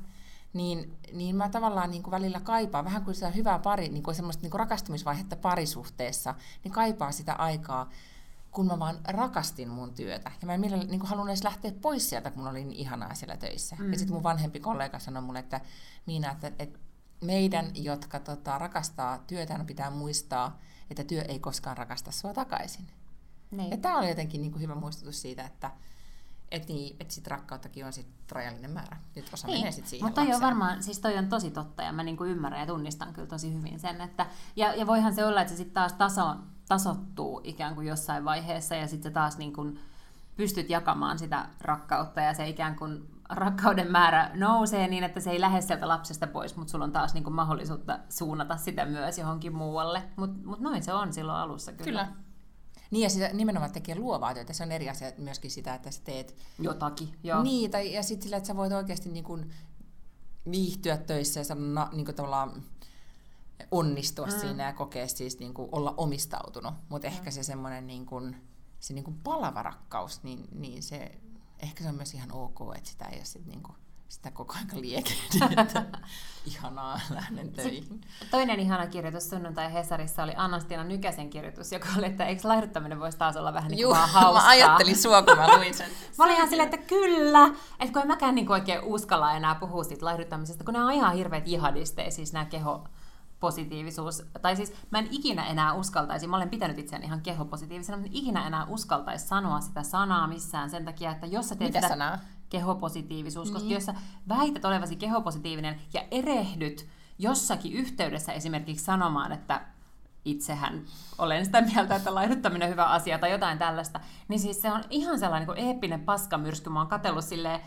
niin, niin mä tavallaan niin kuin välillä kaipaan, vähän kuin sitä hyvää pari, niin kuin semmoista niin kuin rakastumisvaihetta parisuhteessa, niin kaipaa sitä aikaa, kun mä vaan rakastin mun työtä. Ja mä en millään niin kuin halunnut edes lähteä pois sieltä, kun mä olin niin ihanaa siellä töissä. Mm. Ja sitten mun vanhempi kollega sanoi mulle, että Miina, että, että meidän, jotka tota, rakastaa työtään, pitää muistaa, että työ ei koskaan rakasta sua takaisin. Niin. Ja tää oli jotenkin niin kuin hyvä muistutus siitä, että et niin, et sit rakkauttakin on sit rajallinen määrä. Nyt osa niin. menee sit siihen Mutta toi on varmaan, siis toi on tosi totta, ja mä niinku ymmärrän ja tunnistan kyllä tosi hyvin sen, että ja, ja voihan se olla, että se sitten taas taso, tasottuu ikään kuin jossain vaiheessa, ja sitten sä taas niinku pystyt jakamaan sitä rakkautta, ja se ikään kuin rakkauden määrä nousee niin, että se ei lähde sieltä lapsesta pois, mutta sulla on taas niinku mahdollisuutta suunnata sitä myös johonkin muualle. Mutta mut noin se on silloin alussa kyllä. Kyllä. Niin, ja sitä nimenomaan tekee luovaa työtä. Se on eri asia myöskin sitä, että sä teet jotakin. Joo. Niin, tai, ja sitten sillä, että sä voit oikeasti niin kuin viihtyä töissä ja sanoa, niin kuin tavallaan onnistua mm. siinä ja kokea siis niin kuin olla omistautunut. Mutta mm. ehkä se semmoinen niin kuin, se niin kuin palava rakkaus, niin, niin se, ehkä se on myös ihan ok, että sitä ei ole sit niin kuin sitä koko ajan liekehdi, että ihanaa, lähden töihin. Toinen ihana kirjoitus sunnuntai Hesarissa oli Anna-Stiina Nykäsen kirjoitus, joka oli, että eikö laihduttaminen voisi taas olla vähän niin kuin vaan hauskaa. Mä ajattelin sua, kun mä luin sen. Mä olin ihan silleen, että kyllä, että kun en mäkään niin oikein uskalla enää puhua siitä laihduttamisesta, kun nämä on ihan hirveät jihadisteja, siis nämä keho positiivisuus, tai siis mä en ikinä enää uskaltaisi, mä olen pitänyt itseäni ihan kehopositiivisena, mutta en ikinä enää uskaltaisi sanoa sitä sanaa missään sen takia, että jos sä teet Mitä sitä sanaa? Kehopositiivisuus, niin. koska jos sä väität olevasi kehopositiivinen ja erehdyt jossakin yhteydessä esimerkiksi sanomaan, että itsehän olen sitä mieltä, että laihduttaminen on hyvä asia tai jotain tällaista, niin siis se on ihan sellainen niin kuin eeppinen paskamyrsky. Mä oon katsellut silleen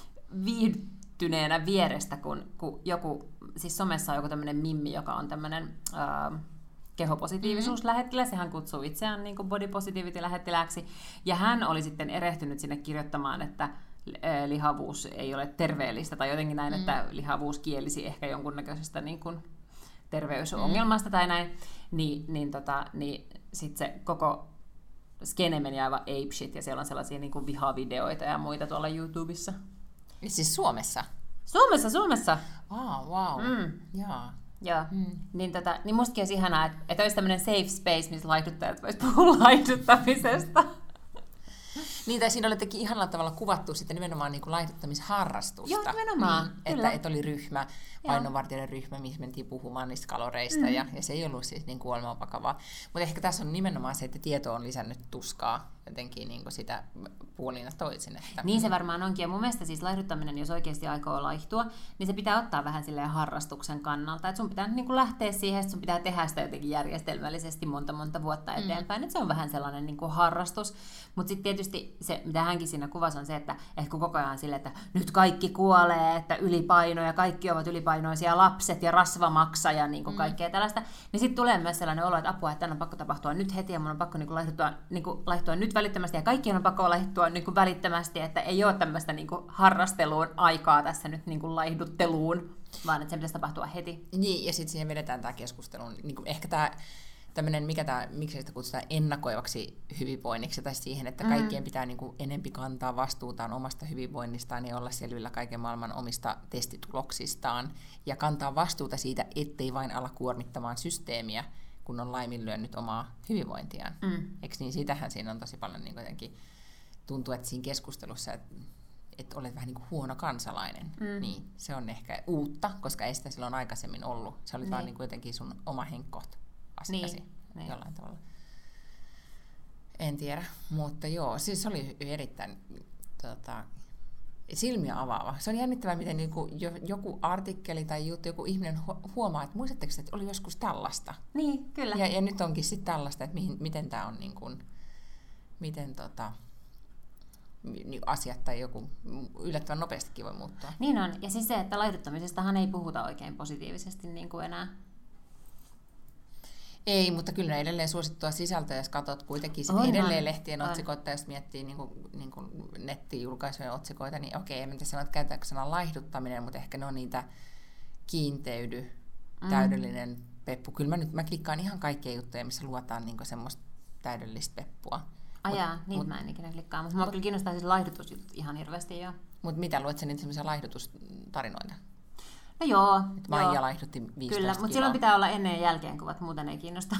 viihtyneenä vierestä, kun, kun joku, siis somessa on joku tämmöinen mimmi, joka on tämmöinen äh, kehopositiivisuuslähettiläs, ja hän kutsuu itseään niin kuin body positivity-lähettilääksi, ja hän oli sitten erehtynyt sinne kirjoittamaan, että lihavuus ei ole terveellistä, tai jotenkin näin, mm. että lihavuus kielisi ehkä jonkunnäköisestä niin kuin terveysongelmasta mm. tai näin, niin, niin, tota, niin sitten se koko skene meni aivan apeshit, ja siellä on sellaisia niin kuin vihavideoita ja muita tuolla YouTubessa. Siis Suomessa? Suomessa, Suomessa! Ah, wow. Mm. Jaa. Joo, mm. niin, tota, niin mustakin olisi ihanaa, että, että olisi tämmöinen safe space, missä laihduttajat vois puhua laihduttamisesta. Niin, tai siinä oli jotenkin ihanalla tavalla kuvattu sitten nimenomaan niin kuin laihduttamisharrastusta. Joo, nimenomaan. Niin, että, että oli ryhmä, painonvartijoiden ryhmä, missä mentiin puhumaan niistä kaloreista, mm. ja, ja se ei ollut siis niin kuolemaan vakavaa. Mutta ehkä tässä on nimenomaan se, että tieto on lisännyt tuskaa jotenkin niin kuin sitä puolina toisin. Että... Niin se varmaan onkin. Ja mun mielestä siis laihduttaminen, jos oikeasti aikoo laihtua, niin se pitää ottaa vähän silleen harrastuksen kannalta. Että sun pitää niin kuin lähteä siihen, että sun pitää tehdä sitä jotenkin järjestelmällisesti monta monta vuotta eteenpäin. Mm. Että se on vähän sellainen niin kuin harrastus. Mutta sitten tietysti se, mitä hänkin siinä kuvasi, on se, että ehkä koko ajan silleen, että nyt kaikki kuolee, että ylipaino ja kaikki ovat ylipainoisia, lapset ja rasvamaksa ja niin kuin mm. kaikkea tällaista. Niin sitten tulee myös sellainen olo, että apua, että tämän on pakko tapahtua nyt heti ja mun on pakko niin kuin laihtua, niin kuin laihtua nyt välittömästi ja kaikkien on pakko laihtua niin kuin välittömästi, että ei ole tämmöistä niin kuin harrasteluun aikaa tässä nyt niin kuin laihdutteluun, vaan että se pitäisi tapahtua heti. Niin, ja sitten siihen vedetään tämä keskustelu. Niin kuin ehkä tämä tämmöinen, mikä tämä, miksi sitä kutsutaan ennakoivaksi hyvinvoinniksi, tai siihen, että kaikkien mm. pitää niin kuin enempi kantaa vastuutaan omasta hyvinvoinnistaan ja olla selvillä kaiken maailman omista testituloksistaan, ja kantaa vastuuta siitä, ettei vain ala kuormittamaan systeemiä, kun on laiminlyönyt omaa hyvinvointiaan. Mm. Eikö niin? Siitähän siinä on tosi paljon niin jotenkin, tuntuu, että siinä keskustelussa, että, että olet vähän niin kuin huono kansalainen. Mm. Niin, se on ehkä uutta, koska ei sitä silloin aikaisemmin ollut. Se oli niin. vaan niin kuin jotenkin sun oma henkkoht asiasi niin. jollain tavalla. En tiedä, mutta joo, siis se oli erittäin tota, silmiä avaava. Se on jännittävää, miten niinku joku artikkeli tai juttu, joku ihminen huomaa, että muistatteko, että oli joskus tällaista? Niin, kyllä. Ja, ja nyt onkin sitten tällaista, että mihin, miten tämä on, niinku, miten tota, asiat tai joku yllättävän nopeastikin voi muuttua. Niin on, ja siis se, että laihduttamisestahan ei puhuta oikein positiivisesti niin kuin enää. Ei, mutta kyllä ne edelleen suosittua sisältöä, jos katsot kuitenkin sit edelleen lehtien otsikoita, jos miettii niin kuin, niin kuin nettijulkaisujen otsikoita, niin okei, en tiedä sanoa, että käytetäänkö sanaa laihduttaminen, mutta ehkä ne on niitä kiinteydy, täydellinen mm. peppu. Kyllä mä nyt mä klikkaan ihan kaikkia juttuja, missä luotaan niin kuin semmoista täydellistä peppua. Ajaa, niin mut, mä en ikinä klikkaa, mutta mua kyllä kiinnostaa siis laihdutusjutut ihan hirveästi jo. Mutta mitä, luet sä niitä semmoisia laihdutustarinoita? No joo. Et Maija joo. laihdutti viisitoista Kyllä, mutta silloin pitää olla ennen ja jälkeen kuvat, muuten ei kiinnosta.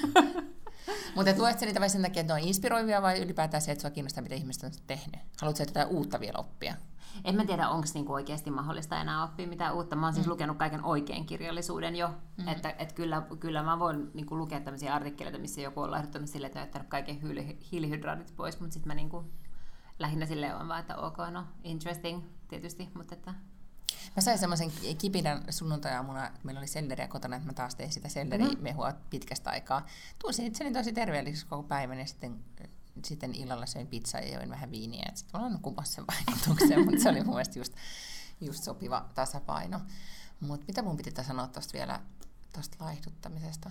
Mutta luetko niitä vai sen takia, että ne on inspiroivia vai ylipäätään se, että sua kiinnostaa, mitä ihmiset on tehnyt? Haluatko jotain uutta vielä oppia? En mä tiedä, onko niinku oikeasti mahdollista enää oppia mitään uutta. Mä oon siis mm. lukenut kaiken oikein kirjallisuuden jo. Mm. Että et kyllä, kyllä mä voin niinku lukea tämmöisiä artikkeleita, missä joku on laihduttanut silleen, että on jättänyt kaiken hiilihydraatit pois. Mutta sitten mä niinku, lähinnä silleen on vaan, että ok, no interesting tietysti. Mutta että... Mä sain semmoisen kipinän sunnuntai-aamuna, kun meillä oli selleriä kotona, että mä taas tein sitä sellerimehua pitkästä aikaa. Tunsin itseni tosi terveelliseksi koko päivän ja sitten... Sitten illalla söin pizzaa ja join vähän viiniä, että sitten olen kuvassa sen vaikutuksen, mutta se oli mun mielestä just, just sopiva tasapaino. Mutta mitä mun piti sanoa tuosta vielä, tuosta laihduttamisesta?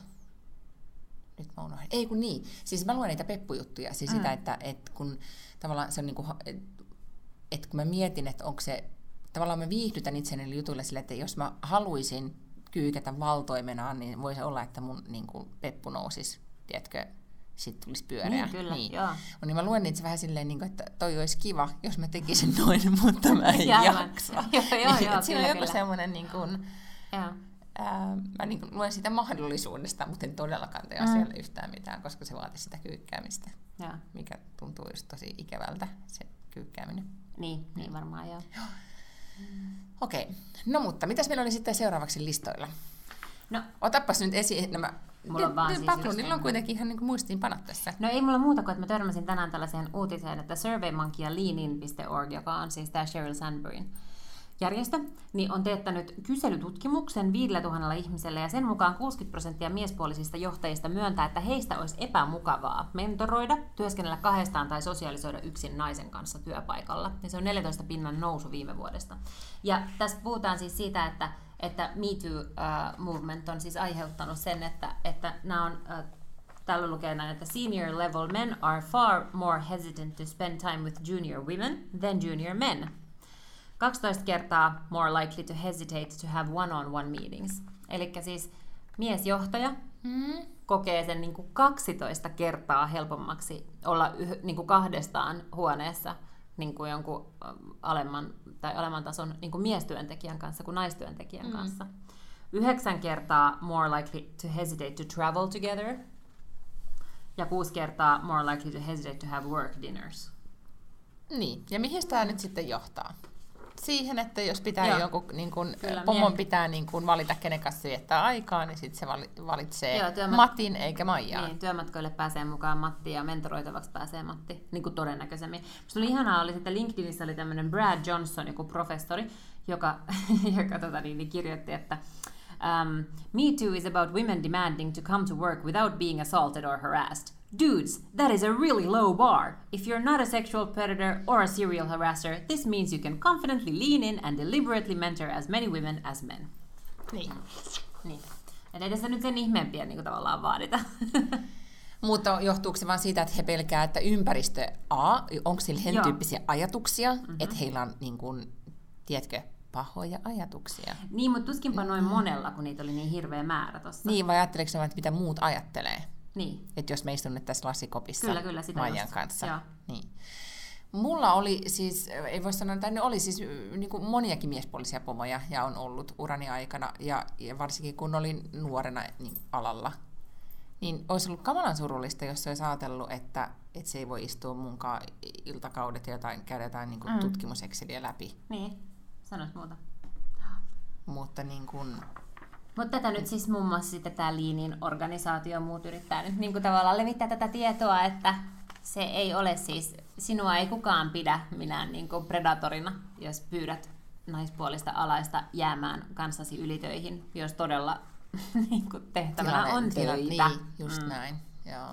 Nyt mä unohdin. Ei kun niin, siis mä luen niitä peppujuttuja, siis mm. sitä, että et kun tavallaan se on niinku, että et kun mä mietin, että onko se, tavallaan mä viihdytän itseni jutuille sille, että jos mä haluaisin kyykätä valtoimenaan, niin voisi olla, että mun niinku peppu nousisi, tiedätkö, sitten tulisi pyöreä. Niin, kyllä, niin. Joo. No, niin mä luen niitä vähän silleen, että toi olisi kiva, jos mä tekisin noin, mutta mä en jaksa. joo, joo, joo, siinä on joku semmoinen, niin kuin, ää, mä niin kuin luen siitä mahdollisuudesta, mutta en todellakaan tee asialle mm. yhtään mitään, koska se vaatii sitä kyykkäämistä, ja. mikä tuntuu just tosi ikävältä, se kyykkääminen. Niin, niin varmaan joo. joo. Okei, okay. No mutta mitäs meillä oli sitten seuraavaksi listoilla? No, otapas nyt esiin nämä... Mulla on vaan siis Backlundilla on kuitenkin ihan niin kuin muistiinpanot tässä. No ei mulla muuta kuin, että mä törmäsin tänään tällaiseen uutiseen, että SurveyMonkey ja leanin piste org, joka on siis tämä Sheryl Sandbergin järjestö, niin on teettänyt kyselytutkimuksen viisituhatta ihmiselle, ja sen mukaan kuusikymmentä prosenttia miespuolisista johtajista myöntää, että heistä olisi epämukavaa mentoroida, työskennellä kahdestaan tai sosiaalisoida yksin naisen kanssa työpaikalla. Ja se on neljäntoista pinnan nousu viime vuodesta. Ja tässä puhutaan siis siitä, että että Me Too-movement uh, on siis aiheuttanut sen, että, että nämä on, uh, täällä lukee näin, että senior level men are far more hesitant to spend time with junior women than junior men. kaksitoista kertaa more likely to hesitate to have one-on-one meetings. Eli siis miesjohtaja mm. kokee sen niin kuin kaksitoista kertaa helpommaksi olla yh, niin kuin kahdestaan huoneessa niin kuin jonkun alemman tai alemman tason niin kuin miestyöntekijän kanssa kuin naistyöntekijän mm. kanssa. Yhdeksän kertaa more likely to hesitate to travel together. Ja kuusi kertaa more likely to hesitate to have work dinners. Niin, ja mihin tämä nyt sitten johtaa? Siihen, että jos pitää Joo. jonkun niin kun, Kyllä, pomon miehen. pitää niin kun valita, kenen kanssa viettää aikaa, niin sitten se valitsee Joo, työmat- Matin eikä Maijaa. Niin, työmatkoille pääsee mukaan Matti ja mentoroitavaksi pääsee Matti, niin kuin todennäköisemmin. Musta oli ihanaa, oli, että LinkedInissä oli tämmöinen Brad Johnson, joku professori, joka, joka tota, niin, niin kirjoitti, että um, Me Too is about women demanding to come to work without being assaulted or harassed. Dudes, that is a really low bar. If you're not a sexual predator or a serial harasser, this means you can confidently lean in and deliberately mentor as many women as men. Niin. niin. Et ei tässä nyt sen ihmeempiä niin kuin tavallaan vaadita. Mutta johtuuko se vaan siitä, että he pelkää, että ympäristö A, onko sillä sen Joo. tyyppisiä ajatuksia, Mm-hmm. että heillä on, niin kuin, tiedätkö, pahoja ajatuksia? Niin, mutta tuskinpa noin monella, kun niitä oli niin hirveä määrä tossa. Niin, vai ajatteleeko se vaan, että mitä muut ajattelee? Niin. Että jos me istun nyt tässä lasikopissa Kyllä, kyllä, sitä Maijan just. kanssa. Joo. Niin. Mulla oli siis, ei voi sanoa, että ne oli siis niin kuin moniakin miespuolisia pomoja ja on ollut urani aikana, ja, ja varsinkin kun olin nuorena niin alalla, niin olisi ollut kamalan surullista, jos olisi ajatellut, että, että se ei voi istua munkaan iltakaudet ja jotain, käydä jotain niin kuin mm. tutkimusekseliä läpi. Niin, sanois muuta. Mutta niin kuin... Mutta tätä nyt siis muun muassa sitten tämä Leanin organisaatio muut yrittää nyt niin kuin tavallaan levittää tätä tietoa, että se ei ole siis, sinua ei kukaan pidä minään niin kuin predatorina, jos pyydät naispuolista alaista jäämään kanssasi ylitöihin, jos todella niin kuin tehtävänä tilanne, on töitä. Niin, just mm. näin, joo.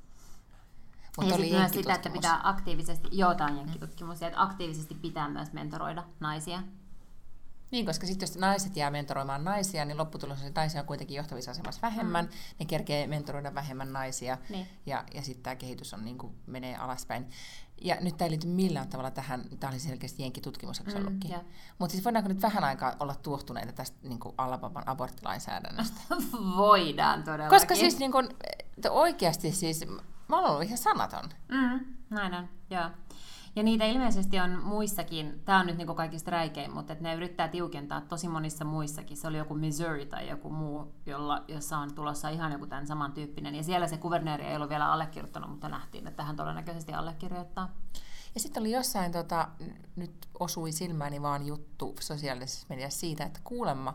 Mut ja sitten myös sitä, että pitää aktiivisesti, joo, tämä on jenkkitutkimus, ja että aktiivisesti pitää myös mentoroida naisia. Niin, koska sitten jos naiset jää mentoroimaan naisia, niin lopputulos on, että naisia on kuitenkin johtavissa asemassa vähemmän, mm. ne kerkee mentoroida vähemmän naisia, niin. ja, ja sitten tämä kehitys on, niin kuin, menee alaspäin. Ja nyt tämä ei liity millään tavalla tähän, tämä oli selkeästi jenkkitutkimus, eikö se mm, ollutkin? Mutta siis voidaanko nyt vähän aikaa olla tuohtuneita tästä niin kuin Alabaman aborttilainsäädännöstä? Voidaan todellakin. Koska siis niin kuin, oikeasti siis, mä olen ollut ihan sanaton. Mm, näin on, joo. Ja niitä ilmeisesti on muissakin, tämä on nyt niinku kaikista räikein, mutta ne yrittää tiukentaa tosi monissa muissakin. Se oli joku Missouri tai joku muu, jolla, jossa on tulossa ihan joku tämän samantyyppinen. Ja siellä se kuvernööri ei ollut vielä allekirjoittanut, mutta nähtiin, että hän todennäköisesti allekirjoittaa. Ja sitten oli jossain, tota, nyt osui silmääni vaan juttu sosiaalisessa mediassa siitä, että kuulemma,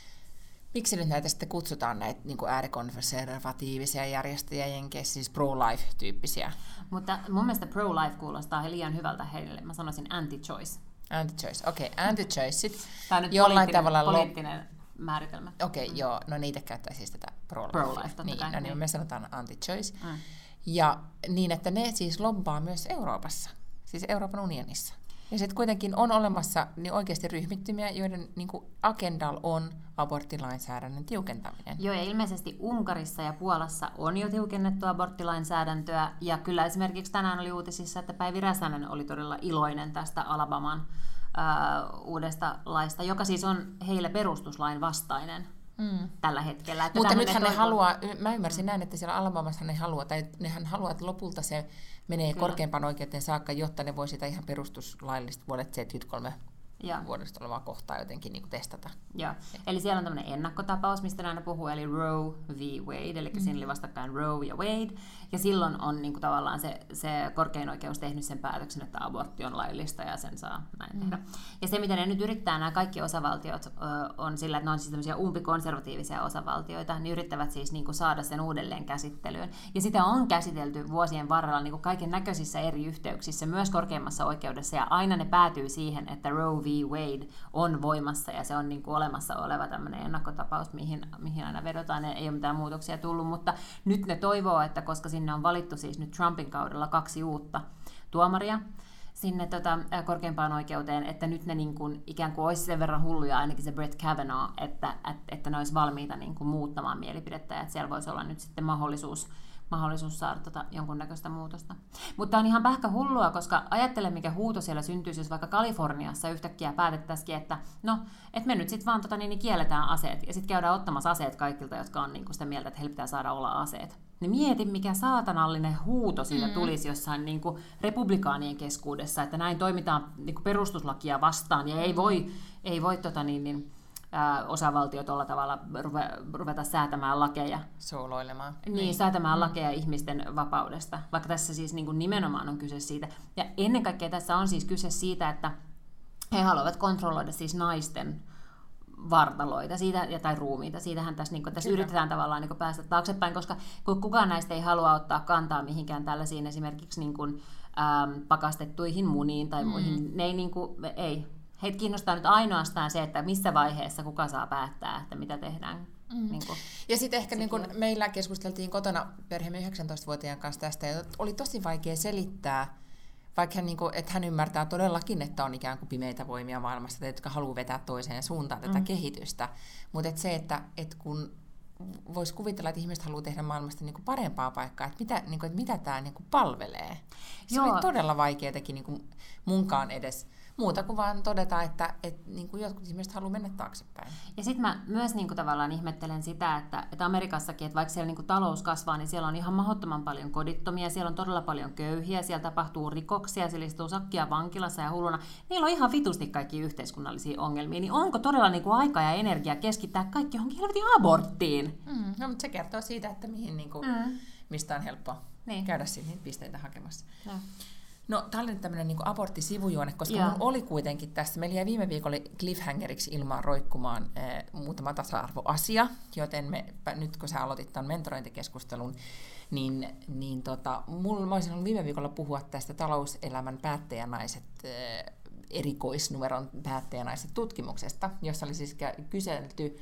miksi nyt näitä sitten kutsutaan näitä niin kuin äärikonservatiivisia järjestöjä jenkeissä, siis pro-life-tyyppisiä? Mutta mun mielestä pro-life kuulostaa liian hyvältä heille. Mä sanoisin anti-choice. Anti-choice, okei. Okay. Anti-choice. Tämä on nyt jollain poliittinen, tavalla poliittinen lo- määritelmä. Okei, okay, mm. joo. No niitä käyttää siis tätä pro-life. Pro-life, totta niin, kai. No niin, me sanotaan anti-choice. Mm. Ja niin, että ne siis lobbaa myös Euroopassa, siis Euroopan unionissa. Ja sitten kuitenkin on olemassa niin oikeasti ryhmittymiä, joiden niin kuin agendalla on aborttilainsäädännön tiukentaminen. Joo, ja ilmeisesti Unkarissa ja Puolassa on jo tiukennettu aborttilainsäädäntöä, ja kyllä esimerkiksi tänään oli uutisissa, että Päivi Räsänen oli todella iloinen tästä Alabaman ää, uudesta laista, joka siis on heille perustuslain vastainen. Mm. Tällä hetkellä. Että Mutta nythän ne toivo... haluaa, mä ymmärsin mm. näin, että siellä Alabamassa ne haluaa, tai nehän haluaa, että lopulta se menee Kyllä. korkeimpaan oikeuteen saakka, jotta ne voi sitä ihan perustuslaillista vuodet seitsemänkymmentäkolme ja. vuodesta olevaa kohtaa jotenkin niin kuin testata. Joo. Eli siellä on tämmöinen ennakkotapaus, mistä ne aina puhuu, eli Roe v. Wade, eli mm. siinä oli vastakkain Roe ja Wade, ja silloin on niin kuin tavallaan se, se korkein oikeus tehnyt sen päätöksen, että abortti on laillista ja sen saa näin mm. tehdä. Ja se, mitä ne nyt yrittää, nämä kaikki osavaltiot, on sillä, että ne on siis tämmöisiä umpikonservatiivisia osavaltioita, niin yrittävät siis niin kuin saada sen uudelleen käsittelyyn. Ja sitä on käsitelty vuosien varrella niin kuin kaiken näköisissä eri yhteyksissä, myös korkeimmassa oikeudessa, ja aina ne päätyy siihen, että Roe v. Wade on voimassa, ja se on niin kuin olemassa oleva tämmöinen ennakkotapaus, mihin, mihin aina vedotaan, ei ole mitään muutoksia tullut, mutta nyt ne toivoo, että koska sinne on valittu siis nyt Trumpin kaudella kaksi uutta tuomaria sinne tota, korkeimpaan oikeuteen, että nyt ne niin kuin, ikään kuin olisi sen verran hulluja, ainakin se Brett Kavanaugh, että, että, että ne olisi valmiita niin kuin muuttamaan mielipidettä, ja että siellä voisi olla nyt sitten mahdollisuus mahdollisuus saada tota jonkunnäköistä muutosta. Mutta on ihan pähkä hullua, koska ajattele, mikä huuto siellä syntyisi, jos vaikka Kaliforniassa yhtäkkiä päätettäisikin, että no, et me nyt sitten vaan tota, niin kielletään aseet, ja sitten käydään ottamassa aseet kaikilta, jotka on niin kuin sitä mieltä, että heillä pitää saada olla aseet. Niin mieti, mikä saatanallinen huuto siitä tulisi jossain niin kuin republikaanien keskuudessa, että näin toimitaan niin kuin perustuslakia vastaan, ja ei voi, ei voi tota, niin, niin, osavaltio tuolla tavalla ruveta säätämään lakeja. Sooloilemaan. Niin, niin. säätämään lakeja ihmisten vapaudesta, vaikka tässä siis niin kuin nimenomaan on kyse siitä. Ja ennen kaikkea tässä on siis kyse siitä, että he haluavat kontrolloida siis naisten vartaloita siitä, tai ruumiita. Siitähän tässä, niin kuin, tässä yritetään tavallaan niin kuin päästä taaksepäin, koska kukaan näistä ei halua ottaa kantaa mihinkään tällaisiin esimerkiksi niin kuin, ähm, pakastettuihin muniin tai muihin. Mm. Ne ei, niin kuin, ei. Heitä kiinnostaa nyt ainoastaan se, että missä vaiheessa kuka saa päättää, että mitä tehdään. Mm. Niin kuin, ja sitten ehkä niin kun meillä keskusteltiin kotona perheemme yhdeksäntoistavuotiaan kanssa tästä, ja oli tosi vaikea selittää, vaikka hän, niin kuin, että hän ymmärtää todellakin, että on ikään kuin pimeitä voimia maailmassa, jotka haluaa vetää toiseen suuntaan tätä mm. kehitystä. Mutta et se, että et kun voisi kuvitella, että ihmiset haluaa tehdä maailmasta niin kuin parempaa paikkaa, että mitä, niin kuin, että mitä tämä niin kuin palvelee. Se Joo. oli todella vaikeatakin niin kuin munkaan edes. Muuta kuin vaan todeta, että, että niin kuin jotkut ihmiset haluaa mennä taaksepäin. Ja sitten mä myös niin kuin tavallaan ihmettelen sitä, että, että Amerikassakin, että vaikka siellä niin kuin talous kasvaa, niin siellä on ihan mahdottoman paljon kodittomia, siellä on todella paljon köyhiä, siellä tapahtuu rikoksia, siellä istuu sakkia vankilassa ja hulluna. Niillä on ihan vitusti kaikki yhteiskunnallisia ongelmia, niin onko todella niin kuin aika ja energia keskittää kaikki johonkin helvetin aborttiin? Mm, no, mutta se kertoo siitä, että mihin, niin kuin, mm. mistä on helppo niin. käydä niitä pisteitä hakemassa. No. No, tämä oli nyt tämmöinen niin kuin aborttisivujuone, koska mun oli kuitenkin tässä, meillä jäi viime viikolla cliffhangeriksi ilmaan roikkumaan eh, muutama tasa-arvoasia, joten me, nyt kun sä aloitit tämän mentorointikeskustelun, niin, niin tota, mulla, mä olisin ollut viime viikolla puhua tästä talouselämän päättäjänaiset eh, erikoisnumeron päättäjänaiset tutkimuksesta, jossa oli siis kyselty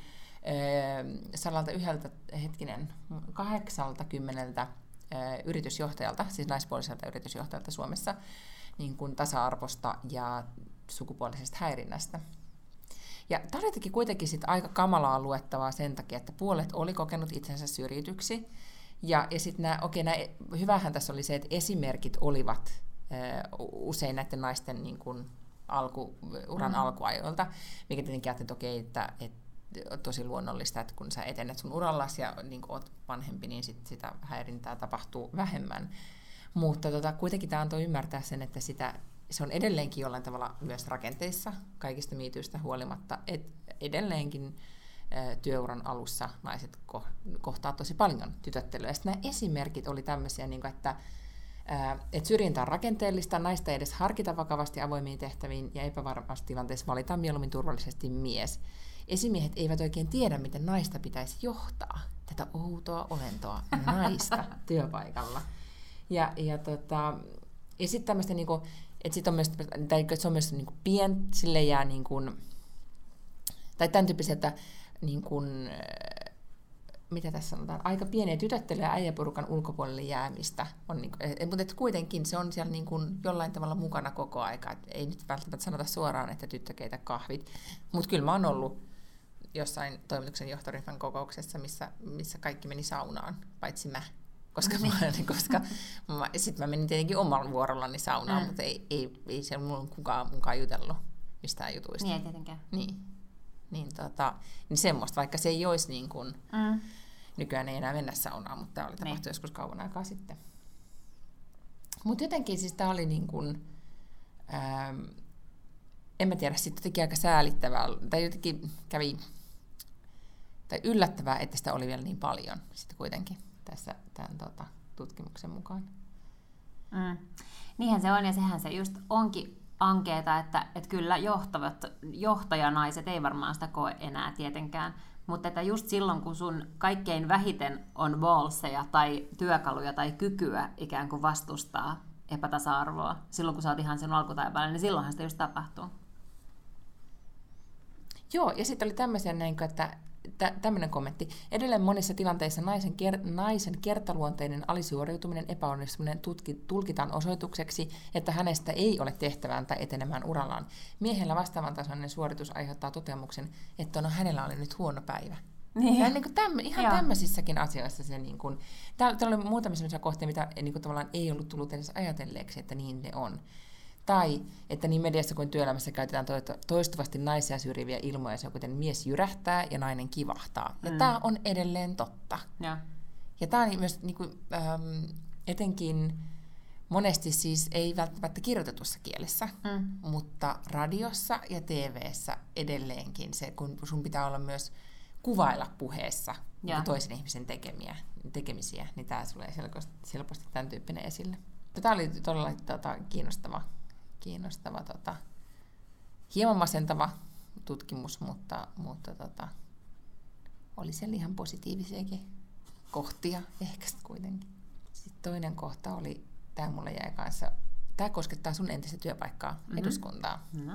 eh, sadalta yhdeltä hetkinen kahdeksaltakymmeneltä yritysjohtajalta, siis naispuoliselta yritysjohtajalta Suomessa, niin kuin tasa-arvosta ja sukupuolisesta häirinnästä. Ja tämä oli jotenkin kuitenkin sit aika kamalaa luettavaa sen takia, että puolet oli kokenut itsensä syrjityksi. Ja, ja sitten nämä, okei, nämä, hyvähän tässä oli se, että esimerkit olivat äh, usein näiden naisten niin kuin alku, uran mm. alkuajoilta, mikä tietenkin ajattelin, että okei, että, että tosi luonnollista, että kun sä etenet sun urallas ja niin oot vanhempi, niin sit sitä häirintää tapahtuu vähemmän. Mutta tota, kuitenkin tämä antoi ymmärtää sen, että sitä, se on edelleenkin jollain tavalla myös rakenteissa kaikista miityistä huolimatta, että edelleenkin ä, työuran alussa naiset ko- kohtaa tosi paljon tytöttelyä. Ja nämä esimerkit oli tämmöisiä, niin kuin, että että syrjintä on rakenteellista, naista ei edes harkita vakavasti avoimiin tehtäviin ja epävarmassa tilanteessa valitaan mieluummin turvallisesti mies. Esimiehet eivät oikein tiedä, miten naista pitäisi johtaa, tätä outoa olentoa, naista työpaikalla. Ja, ja, tota, ja sitten tämmöistä, niinku, että sit on myös, tai se on myös niinku pien, sille jää, niinku, tai tämän tyyppisiä, että niinku, mitä tässä sanotaan, aika pieniä tytöttelyä ja äijäporukan ulkopuolelle jäämistä. On niin kuin, mutta et kuitenkin se on siellä niin kuin jollain tavalla mukana koko aika. Et ei nyt välttämättä sanota suoraan, että tyttö keitä kahvit. Mutta kyllä mä oon ollut jossain toimituksen johtoryhmän kokouksessa, missä, missä kaikki meni saunaan, paitsi mä. Koska, mä, koska mä, sit mä menin tietenkin omalla vuorollani saunaan, mm. mutta ei, ei, ei siellä mulla kukaan mukaan jutellut mistään jutuista. Niin ei tietenkään. Niin. Niin, tota, niin semmoista, vaikka se ei olisi niin kuin, mm. nykyään ei enää mennä saunaan, mutta tämä oli tapahtunut joskus kauan aikaa sitten. Mutta jotenkin siis tämä oli niin kuin, ähm, en mä tiedä, sitten jotenkin aika säälittävää, tai jotenkin kävi, tai yllättävää, että sitä oli vielä niin paljon sitten kuitenkin tässä tämän tota, tutkimuksen mukaan. Mm. Niinhän se on, ja sehän se just onkin ankeeta, että, että kyllä johtavat, johtajanaiset ei varmaan sitä koe enää tietenkään, mutta että just silloin, kun sun kaikkein vähiten on ballseja tai työkaluja tai kykyä ikään kuin vastustaa epätasa-arvoa, silloin kun sä oot ihan sen alkutaipaalla, niin silloinhan sitä just tapahtuu. Joo, ja sitten oli tämmöisiä, että tä, tämmöinen kommentti. Edelleen monissa tilanteissa naisen, ker, naisen kertaluonteinen alisuoriutuminen, epäonnistuminen tutki, tulkitaan osoitukseksi, että hänestä ei ole tehtävään tai etenemään urallaan. Miehellä vastaavan tasoinen suoritus aiheuttaa toteamuksen, että no, hänellä oli nyt huono päivä. Niin. Ja niin kuin tämmö, ihan Joo. tämmöisissäkin asioissa se niin kuin, täällä oli muutamia sellaisia kohtia, mitä niin kuin tavallaan ei ollut tullut edes ajatelleeksi, että niin ne on. Tai että niin mediassa kuin työelämässä käytetään toistuvasti naisia syrjiviä ilmoja, kuten mies jyrähtää ja nainen kivahtaa. Ja mm. tämä on edelleen totta. Ja, ja tämä on myös niin kuin, ähm, etenkin monesti siis ei välttämättä kirjoitetussa kielessä, mm. mutta radiossa ja T V:ssä edelleenkin se, kun sun pitää olla myös kuvailla puheessa ja. toisen ihmisen tekemiä, tekemisiä, niin tämä tulee helposti tämän tyyppinen esille. Tämä oli todella tota, kiinnostava, kiinnostava tota, hieman masentava tutkimus, mutta, mutta tota, oli siellä ihan positiivisiakin kohtia ehkä kuitenkin. Sitten toinen kohta oli, tämä mulle jäi kanssa, tämä koskettaa sun entistä työpaikkaa, mm-hmm. eduskuntaa. No.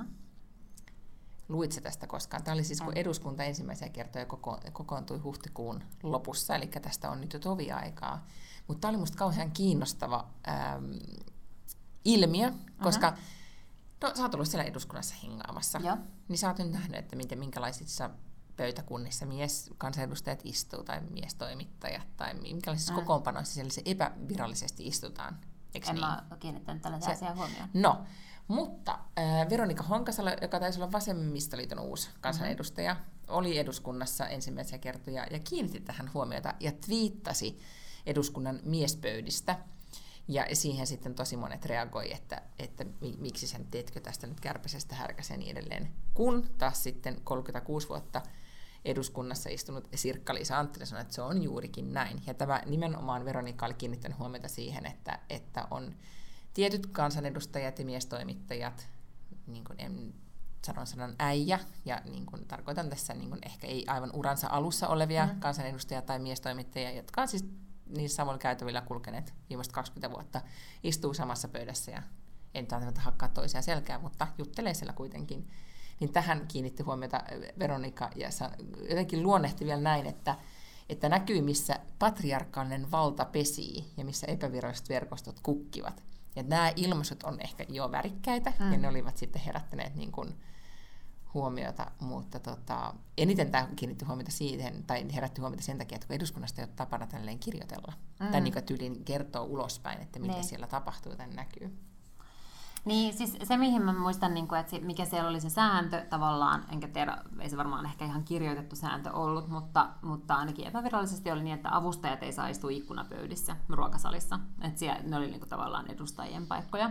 Luit sä tästä koskaan? Tämä oli siis, kun eduskunta ensimmäisiä kertoja koko, kokoontui huhtikuun lopussa, eli tästä on nyt jo tovi aikaa. Mutta tämä oli musta kauhean kiinnostava ähm, ilmiö, koska uh-huh. no, sä oot ollut siellä eduskunnassa hingaamassa. Ja. Niin sä oot nyt nähnyt, että miten, minkälaisissa pöytäkunnissa mieskansanedustajat istuu tai miestoimittajat tai minkälaisissa uh-huh. kokoonpanoissa siellä se epävirallisesti istutaan. Eiks en niin? mä ole kiinnittänyt tällaisia asiaa huomioon. No, mutta äh, Veronika Honkasalo, joka taisi olla Vasemmistoliiton uusi kansanedustaja, mm-hmm. oli eduskunnassa ensimmäisiä kertoja ja kiinnitti tähän huomiota ja twiittasi eduskunnan miespöydistä. Ja siihen sitten tosi monet reagoi, että, että miksi sen teetkö tästä nyt kärpäsestä härkäsen ja niin edelleen. Kun taas sitten kolmekymmentäkuusi vuotta eduskunnassa istunut Sirkka-Liisa Anttila sanoi, että se on juurikin näin. Ja tämä nimenomaan Veronika oli kiinnittänyt huomiota siihen, että, että on tietyt kansanedustajat ja miestoimittajat, niin kuin en sanon sanan äijä, ja niin kuin tarkoitan tässä niin kuin ehkä ei aivan uransa alussa olevia mm. kansanedustajia tai miestoimittajia, jotka on siis niissä samoilla käytävillä kulkeneet viimeiset kaksikymmentä vuotta, istuu samassa pöydässä ja ei nyt välttämättä hakkaa toisiaan selkään, mutta juttelee siellä kuitenkin. Niin tähän kiinnitti huomiota Veronika ja jotenkin luonnehti vielä näin, että, että näkyy, missä patriarkaalinen valta pesii ja missä epäviralliset verkostot kukkivat. Ja nämä ilmaisut on ehkä jo värikkäitä mm. ja ne olivat sitten herättäneet niin kuin huomiota, mutta tota, eniten tämä kiinnitti huomiota siihen, tai herätti huomiota sen takia, että kun eduskunnasta ei ole tapana tälleen kirjoitella, mm. tai niin kuin tyyliin kertoo ulospäin, että mitä ne. siellä tapahtuu tai näkyy. Niin, siis se mihin mä muistan, että mikä siellä oli se sääntö tavallaan, enkä tiedä, ei se varmaan ehkä ihan kirjoitettu sääntö ollut, mutta, mutta ainakin epävirallisesti oli niin, että avustajat ei saa istua ikkunapöydissä ruokasalissa, että siellä, ne oli niinku tavallaan edustajien paikkoja.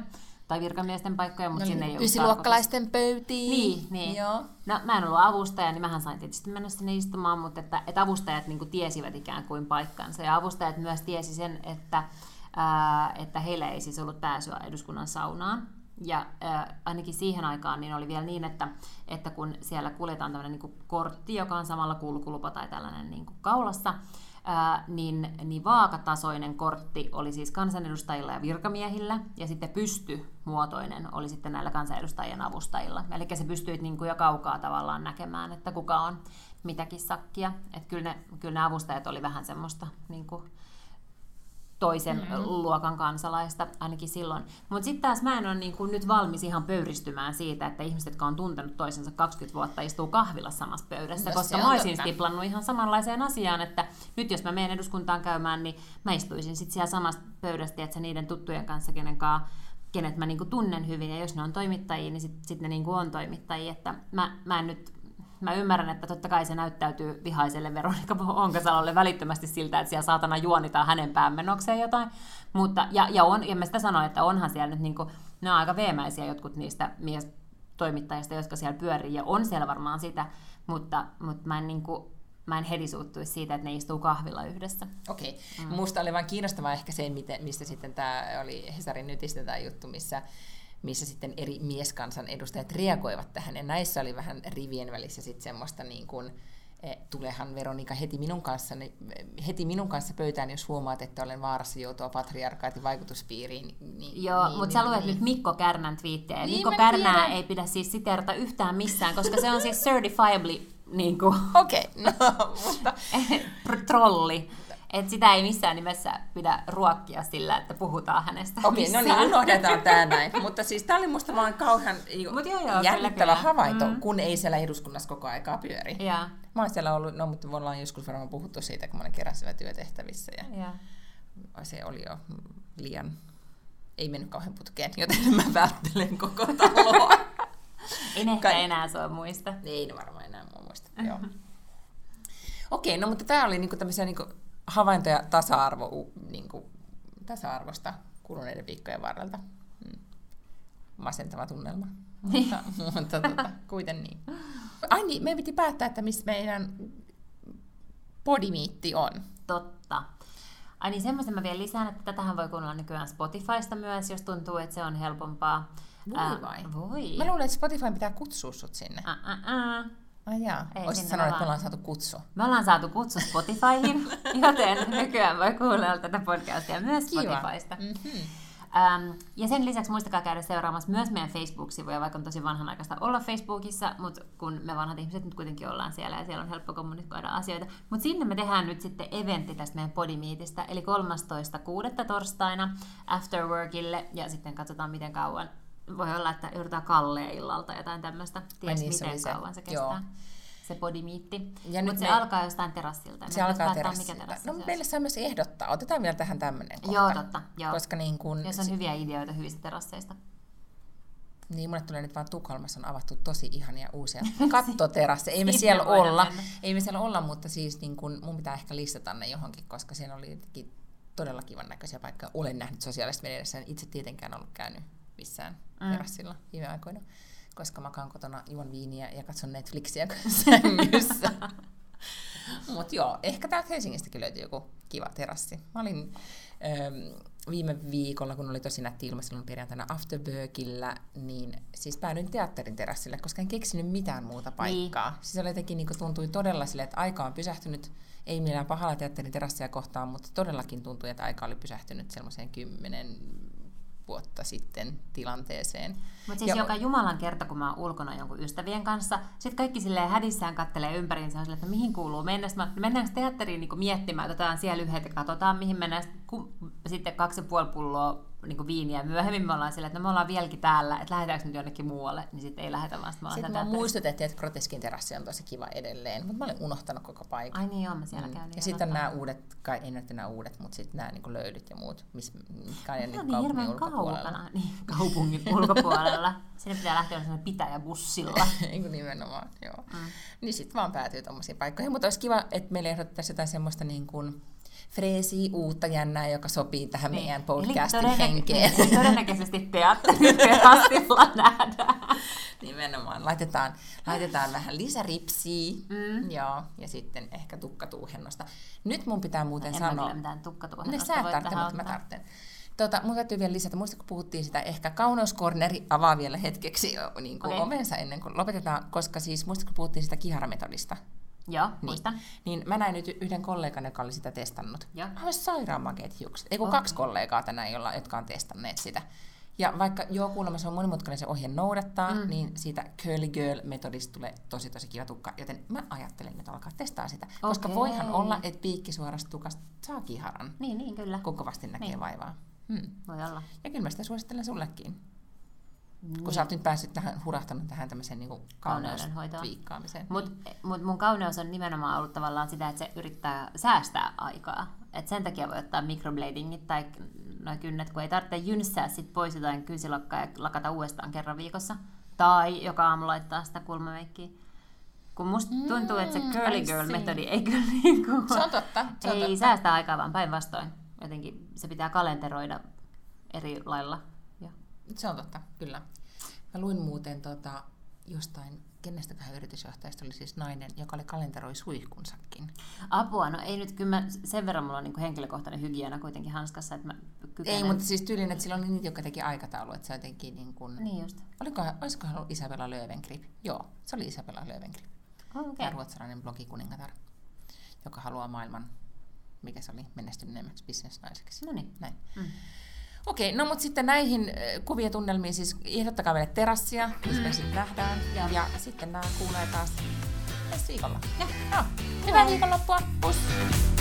tai virkamiesten paikkoja, mutta no, sinne ei ollut ysiluokkalaisten pöytiin. Niin, niin. Joo. No mä en ollut avustaja, niin mähän sain tietysti mennä sinne istumaan, mutta että, että avustajat niin kuin tiesivät ikään kuin paikkansa. Ja avustajat myös tiesi sen, että, ää, että heillä ei siis ollut pääsyä eduskunnan saunaan. Ja äh, ainakin siihen aikaan niin oli vielä niin, että, että kun siellä kuljetaan tämmöinen niin kuin kortti, joka on samalla kulkulupa tai tällainen niin kuin kaulassa, äh, niin, niin vaakatasoinen kortti oli siis kansanedustajilla ja virkamiehillä, ja sitten pystymuotoinen oli sitten näillä kansanedustajien avustajilla. Eli se pystyit niin kuin jo kaukaa tavallaan näkemään, että kuka on mitäkin sakkia. Että kyllä ne, kyllä ne avustajat oli vähän semmoista niin kuin toisen mm-hmm. luokan kansalaista, ainakin silloin. Mutta sitten taas mä en ole niin kuin nyt valmis ihan pöyristymään siitä, että ihmiset, jotka on tuntenut toisensa kaksikymmentä vuotta, istuu kahvilassa samassa pöydässä, no, koska mä olisin stiplannut ihan samanlaiseen asiaan, että nyt jos mä menen eduskuntaan käymään, niin mä istuisin sitten siellä samassa pöydässä, että niiden tuttujen kanssa, kenen kanssa, kenet mä niin kuin tunnen hyvin, ja jos ne on toimittajia, niin sitten sit ne niin kuin on toimittajia, että mä, mä en nyt Mä ymmärrän, että totta kai se näyttäytyy vihaiselle Veronika Honkasalolle välittömästi siltä, että siellä saatana juonitaan hänen päämenokseen jotain. Mutta, ja, ja, on, ja mä sitä sanoin, että onhan siellä nyt, niinku, ne on aika veemäisiä jotkut niistä miestoimittajista, jotka siellä pyörii, ja on siellä varmaan sitä, mutta, mutta mä en, niinku, mä en heti suuttuisi siitä, että ne istuu kahvilla yhdessä. Okei. Mm. Musta oli vaan kiinnostavaa ehkä se, mistä sitten tämä oli Hesarin Nytistä tämä juttu, missä missä sitten eri mieskansan edustajat reagoivat tähän. Ja näissä oli vähän rivien välissä sitten semmoista niin kuin, eh, tulehan Veronika heti minun, kanssani, heti minun kanssa pöytään, jos huomaat, että olen vaarassa joutua patriarkaatin vaikutuspiiriin. Niin, Joo, niin, mutta niin, sä luet niin. nyt Mikko Kärnän twiittejä. Niin, Mikko Kärnää tiedän. Ei pidä siis siteerata yhtään missään, koska se on siis certifiably niin kuin Okei, okay, no, mutta trolli. Että sitä ei missään nimessä pidä ruokkia sillä, että puhutaan hänestä. Okei, okay, no niin, unohdetaan tämä näin. Mutta siis tämä oli musta vaan kauhean Mut joo, joo, jännittävä kyllä, havainto, mm. kun ei siellä eduskunnassa koko aikaa pyöri. Ja. Mä oon siellä ollut, no mutta me ollaan joskus varmaan puhuttu siitä, kun mä olen kerran siellä työtehtävissä. Ja ja. Se oli jo liian, ei mennyt kauhean putkeen, joten mä välttelen koko taloa. En ehkä Kai... enää sua muista. Ei no varmaan enää mua muista, mm-hmm. joo. Okei, okay, no mutta tää oli niinku tämmöisiä niinku havaintoja tasa-arvo, niin kuin, tasa-arvosta kuluneiden viikkojen varrelta. Mm. Masentava tunnelma, mutta, mutta tota, kuiten niin. Ai niin, meidän piti päättää, että missä meidän podimiitti on. Totta. Ai niin, semmoisen mä vielä lisään, että tätähän voi kuunnella nykyään Spotifysta myös, jos tuntuu, että se on helpompaa. Voi vai? Äh, voi. Mä luulen, että Spotify pitää kutsua sut sinne. Ä, ä, ä. Ai jaa, olisit sanonut, että me ollaan saatu kutsu. Me ollaan saatu kutsu Spotifyhin, joten nykyään voi kuunnella tätä podcastia myös Kiva. Spotifysta. Mm-hmm. Ähm, ja sen lisäksi muistakaa käydä seuraamassa myös meidän Facebook-sivuja, vaikka on tosi vanhanaikaista olla Facebookissa, mutta kun me vanhat ihmiset nyt kuitenkin ollaan siellä ja siellä on helppo kommunikoida asioita. Mutta sinne me tehdään nyt sitten eventti tästä meidän podimiitistä, eli kolmastoista kuudetta torstaina Afterworkille, ja sitten katsotaan miten kauan. Voi olla, että joudutaan Kalleen illalta jotain tämmöistä. Ties niin, miten se kauan se kestää. Joo. Se podimiitti. Mutta se me... alkaa jostain terassilta. Se alkaa terassilta. No meille saa myös ehdottaa. Otetaan vielä tähän tämmöinen kohta. Joo, totta. Joo. Koska niin kun... Jos on hyviä ideoita hyvistä terasseista. Niin, mulle tulee nyt vaan Tukholmassa on avattu tosi ihania uusia kattoterasseja. Ei me siellä olla. Mennä. Ei me siellä olla, mutta siis niin kun mun pitää ehkä listata ne johonkin, koska siellä oli todella kivan näköisiä paikkoja. Olen nähnyt sosiaalisessa mediassa. En itse tietenkään ollut käynyt missään mm. terassilla viime aikoina, koska makaan kotona, juon viiniä ja katson Netflixiä sängyssä. Mutta joo, ehkä täältä Helsingistäkin löytyy joku kiva terassi. Mä olin ähm, viime viikolla, kun oli tosi nätti ilma silloin perjantaina Afterworkillä, niin siis päädyin teatterin terassille, koska en keksinyt mitään muuta paikkaa. Niin. Siis oli jotenkin niin tuntui todella silleen, että aika on pysähtynyt, ei millään pahalla teatterin terassia kohtaan, mutta todellakin tuntui, että aika oli pysähtynyt semmoiseen kymmenen vuotta sitten tilanteeseen. Mutta siis ja joka jumalan kerta, kun mä oon ulkona jonkun ystävien kanssa, sitten kaikki silleen hädissään kattelee ympäriinsä, silleen, että mihin kuuluu mennä. Sitten mennäänkö teatteriin niin miettimään, otetaan siellä yhdet ja katsotaan, mihin mennään. Sitten kaksi ja puoli pulloa niin viiniä. Myöhemmin me ollaan silleen, että no me ollaan vieläkin täällä, että lähdetäänkö nyt jonnekin muualle, niin sitten ei lähdetä vaan. Sitten, sitten mä muistutettiin, että Groteskin terassi on tosi kiva edelleen, mutta mä olen unohtanut koko paikan. Ai niin joo, mä siellä mm. käyn. Ja sitten on nämä uudet, kai ei nyt nämä uudet, mutta sitten nämä niin löydyt ja muut, mitkä on niin kaupungin ulkopuolella. Niin, kaupungin ulkopuolella. Sinne pitää lähteä sellaisella pitäjäbussilla. Eikö nimenomaan, joo. Mm. Niin sitten vaan päätyy tommosiin paikkoihin, mutta olisi kiva, että meille ehdotettaisiin jotain semmoista niin kuin freesiä, uutta, jännää, joka sopii tähän niin. meidän podcastin Eli todennä- henkeen. Eli todennäköisesti teatteriterastilla nähdään. Nimenomaan. Laitetaan, laitetaan vähän lisäripsiä, Mm. joo, ja sitten ehkä tukkatuuhennosta. Nyt mun pitää muuten En sanoa... mä kyllä mitään tukkatuohennosta Ne sä et voi tarvitse, tähän mutta mä ottaa. tarvitsen. Tota, mun täytyy vielä lisätä, muista kun puhuttiin sitä, ehkä kauneuskorneri avaa vielä hetkeksi niin kuin Okei. ovensa ennen kuin lopetetaan, koska siis muista kun puhuttiin sitä kiharametodista, Joo, niin, muistan. niin mä näin nyt yhden kollegan, joka oli sitä testannut. Joo. Aivan sairaan makeat hiukset. Ei kun Okei. kaksi kollegaa tänään, jolla, jotka on testanneet sitä. Ja vaikka joo, kuulemma se on monimutkainen se ohje noudattaa, Mm. niin siitä curly girl-metodista tulee tosi tosi kiva tukka, joten mä ajattelen nyt alkaa testaa sitä. Koska Okei. voihan olla, että piikkisuorasta tukasta saa kiharan, Niin, niin kyllä. kun kovasti näkee Niin. vaivaa. Hmm. Voi olla. Ja kyllä mä sitä suosittelen sullekin. Kun Niin. sä oot nyt päässyt tähän, hurahtanut tähän tämmöiseen niin Kauneudenhoitoon. kauneustviikkaamiseen. Mutta mut mun kauneus on nimenomaan ollut tavallaan sitä, että se yrittää säästää aikaa. Et sen takia voi ottaa microbladingit tai noi kynnet, kun ei tarvitse jynsää sit pois jotain kynsilokkaa ja lakata uudestaan kerran viikossa. Tai joka aamu laittaa sitä kulmameikkiä. Kun musta tuntuu, että se Mm, curly I girl-metodi see. ei kyllä niinku... Se on totta. Se on ei totta. säästä aikaa, vaan päinvastoin. Jotenkin se pitää kalenteroida eri lailla. Ja. Se on totta, kyllä. Mä luin muuten tota, jostain, kenestäköhän yritysjohtajasta oli siis nainen, joka oli kalenteroi suihkunsakin. Apua, no ei nyt, kyllä mä, sen verran mulla on niin kuin henkilökohtainen hygiena kuitenkin hanskassa, että mä kykenen... Ei, mutta siis tyylin, että silloin oli niitä, jotka teki aikataulu, että se jotenkin niin kuin... Niin just. Olikohan, olisikohan ollut Isabella Löwengrip? Joo, se oli Isabella Löwengrip. Oh, Tämä okay. ruotsalainen blogikuningatar, joka haluaa maailman, mikä se oli, menestyneemmäksi bisnesnaiseksi. No niin. Näin. Mm. Okei, no mutta sitten näihin äh, kuvia tunnelmiin siis ehdottakaa meille terassia, missä me sitten nähdään. Joo. Ja sitten nämä kuulee taas ensi viikolla. Ja. No, hyvää viikonloppua. Pus!